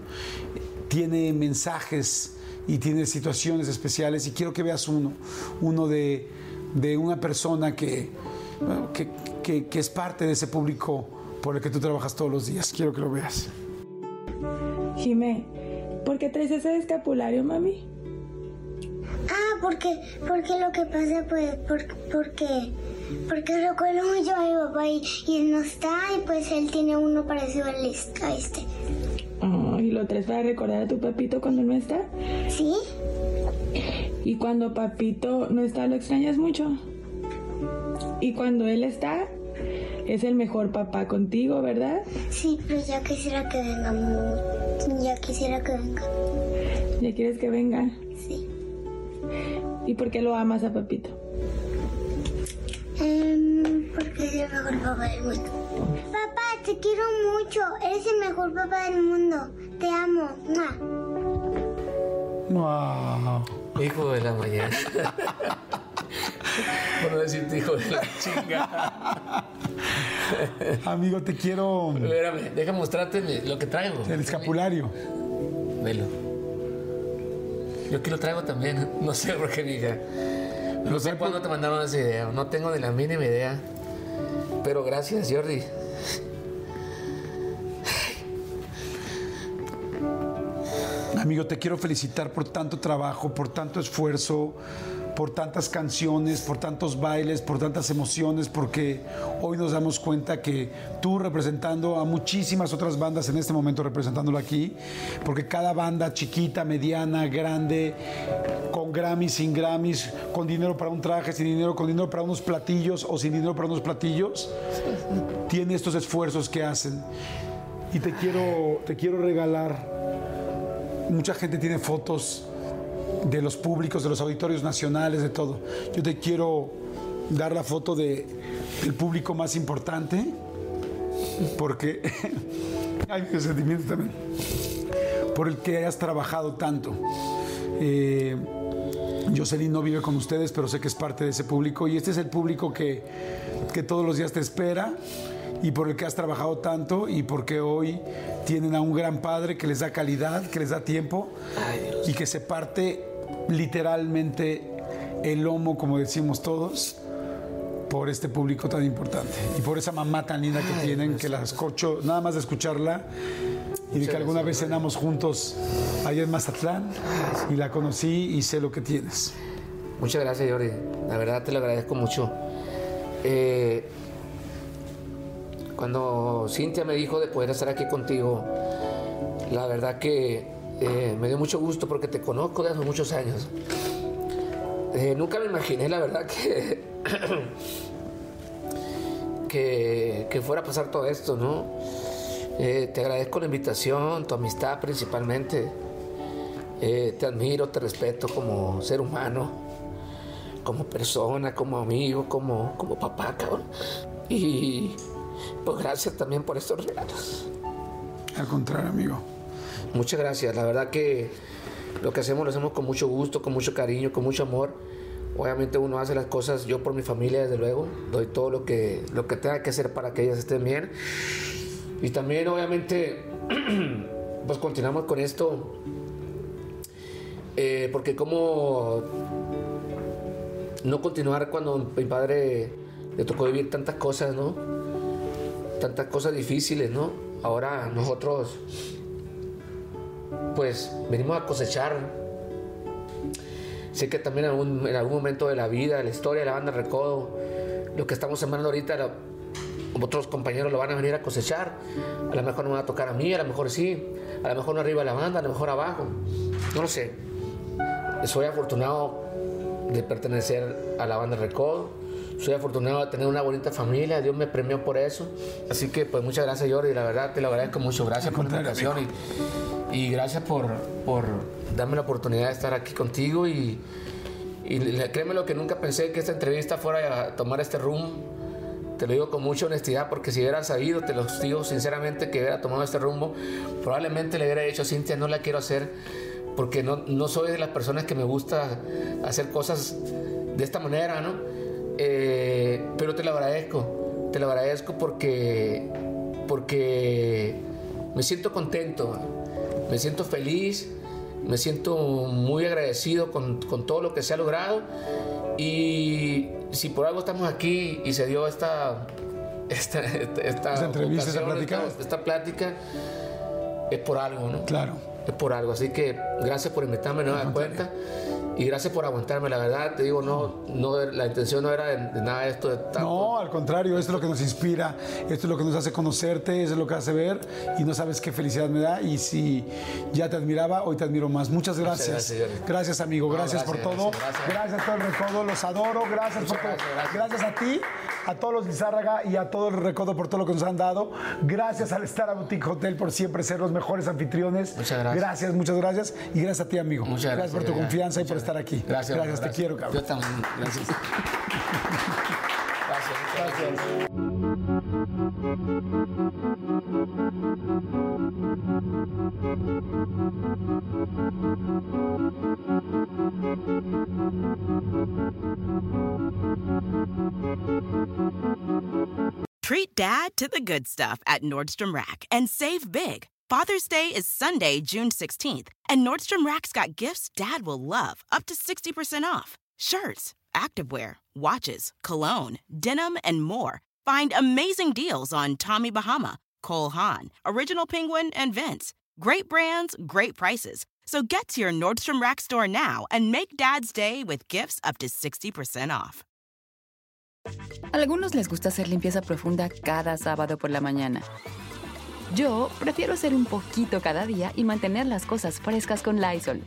tiene mensajes y tiene situaciones especiales, y quiero que veas uno, uno de, de una persona que, que, que, que es parte de ese público por el que tú trabajas todos los días. Quiero que lo veas. Jimé, ¿por qué traes ese escapulario, mami? Ah, porque, porque lo que pasa, pues, por, porque, porque recuerdo mucho a mi papá y, y él no está, y pues él tiene uno parecido al este. Oh, ¿y lo traes para recordar a tu papito cuando no está? Sí. ¿Y cuando papito no está, lo extrañas mucho? ¿Y cuando él está, es el mejor papá contigo, ¿verdad? Sí, pero ya quisiera que venga. muy- Ya quisiera que venga. ¿Ya quieres que venga? Sí. ¿Y por qué lo amas a papito? Em, porque es el mejor papá del mundo. Papá, te quiero mucho. Eres el mejor papá del mundo. Te amo. ¡Mua! Wow. Hijo de la mañana. Por no decirte hijo de la chinga. Amigo, te quiero. Espérame, déjame mostrarte lo que traigo. El escapulario. Velo. Yo aquí lo traigo también. No sé por qué, mija. No sé cuándo te mandaron esa idea. No tengo ni la mínima idea. Pero gracias, Jordi. Amigo, te quiero felicitar por tanto trabajo, por tanto esfuerzo, por tantas canciones, por tantos bailes, por tantas emociones, porque hoy nos damos cuenta que tú representando a muchísimas otras bandas en este momento, representándolo aquí, porque cada banda chiquita, mediana, grande, con Grammys, sin Grammys, con dinero para un traje, sin dinero, con dinero para unos platillos o sin dinero para unos platillos, tiene estos esfuerzos que hacen. Y te quiero, te quiero regalar. Mucha gente tiene fotos de los públicos, de los auditorios nacionales, de todo. Yo te quiero dar la foto de, del público más importante, porque hay mis sentimientos también, por el que has trabajado tanto. Eh, Jocelyn no vive con ustedes, pero sé que es parte de ese público, y este es el público que, que todos los días te espera, y por el que has trabajado tanto, y porque hoy tienen a un gran padre que les da calidad, que les da tiempo. Ay, Dios. Y que se parte literalmente el lomo, como decimos todos, por este público tan importante y por esa mamá tan linda que Ay, tienen, Dios, que la escucho nada más de escucharla, y de Muchas que alguna gracias, vez cenamos juntos allá en Mazatlán, y la conocí y sé lo que tienes. Muchas gracias, Jordi. La verdad te lo agradezco mucho. Eh, cuando Cintia me dijo de poder estar aquí contigo, la verdad que eh, me dio mucho gusto porque te conozco desde hace muchos años. Eh, nunca me imaginé, la verdad, que, que, que fuera a pasar todo esto, ¿no? Eh, te agradezco la invitación, tu amistad principalmente. Eh, te admiro, te respeto como ser humano, como persona, como amigo, como, como papá, cabrón. Y pues gracias también por estos regalos. Al contrario, amigo. Muchas gracias. La verdad que lo que hacemos lo hacemos con mucho gusto, con mucho cariño, con mucho amor. Obviamente uno hace las cosas, yo por mi familia desde luego, doy todo lo que, lo que tenga que hacer para que ellas estén bien. Y también obviamente pues continuamos con esto, eh, porque como no continuar cuando mi padre le tocó vivir tantas cosas, ¿no? Tantas cosas difíciles, ¿no? Ahora nosotros pues venimos a cosechar. Sé que también en algún, en algún momento de la vida, de la historia de la banda Recodo, lo que estamos sembrando ahorita, lo, otros compañeros lo van a venir a cosechar. A lo mejor no me va a tocar a mí, a lo mejor sí, a lo mejor no arriba de la banda, a lo mejor abajo, no lo sé. Soy afortunado de pertenecer a la banda Recodo, soy afortunado de tener una bonita familia, Dios me premió por eso. Así que pues muchas gracias, Jordi, la verdad te lo agradezco mucho, gracias por la invitación y, y gracias por, por darme la oportunidad de estar aquí contigo y, y créeme lo que nunca pensé que esta entrevista fuera a tomar este rumbo. Te lo digo con mucha honestidad porque si hubiera sabido, te lo digo sinceramente, que hubiera tomado este rumbo, probablemente le hubiera dicho a Cintia, no la quiero hacer porque no, no soy de las personas que me gusta hacer cosas de esta manera, ¿no? Eh, pero te lo agradezco, te lo agradezco porque, porque me siento contento, me siento feliz, me siento muy agradecido con, con todo lo que se ha logrado y si por algo estamos aquí y se dio esta, esta, esta, esta, esta entrevista, esta plática, plática, esta plática es por algo, ¿no? Claro. Es por algo, así que gracias por invitarme, no me das cuenta. Y gracias por aguantarme, la verdad, te digo, no, no la intención no era de, de nada de esto. De tanto. No, al contrario, esto es lo que nos inspira, esto es lo que nos hace conocerte, eso es lo que hace ver y no sabes qué felicidad me da y si ya te admiraba, hoy te admiro más. Muchas gracias. Muchas gracias, gracias, amigo, no, gracias, gracias por todo. Gracias, gracias a todo el Recodo, los adoro, gracias por todo. Gracias, gracias. Gracias a ti a todos los Lizárraga y a todo el Recodo por todo lo que nos han dado. Gracias al Star Boutique Hotel por siempre ser los mejores anfitriones. Muchas gracias. Gracias, muchas gracias. Y gracias a ti, amigo. Muchas gracias. gracias por tu confianza gracias. y por estar aquí. Gracias. Gracias, gracias. te quiero, cabrón. Yo también. Gracias. Gracias. Gracias. Treat Dad to the good stuff at Nordstrom Rack and save big. Father's Day is Sunday, June sixteenth, and Nordstrom Rack's got gifts Dad will love, up to sixty percent off. Shirts, activewear, watches, cologne, denim, and more. Find amazing deals on Tommy Bahama, Cole Haan, Original Penguin, and Vince. Great brands, great prices. So get to your Nordstrom Rack store now and make Dad's Day with gifts up to sixty percent off. A algunos les gusta hacer limpieza profunda cada sábado por la mañana. Yo prefiero hacer un poquito cada día y mantener las cosas frescas con Lysol.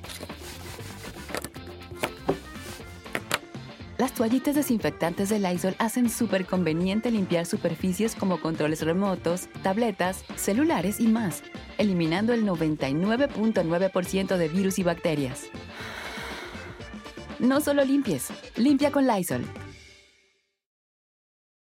Las toallitas desinfectantes de Lysol hacen súper conveniente limpiar superficies como controles remotos, tabletas, celulares y más, eliminando el noventa y nueve punto nueve por ciento de virus y bacterias. No solo limpies, limpia con Lysol.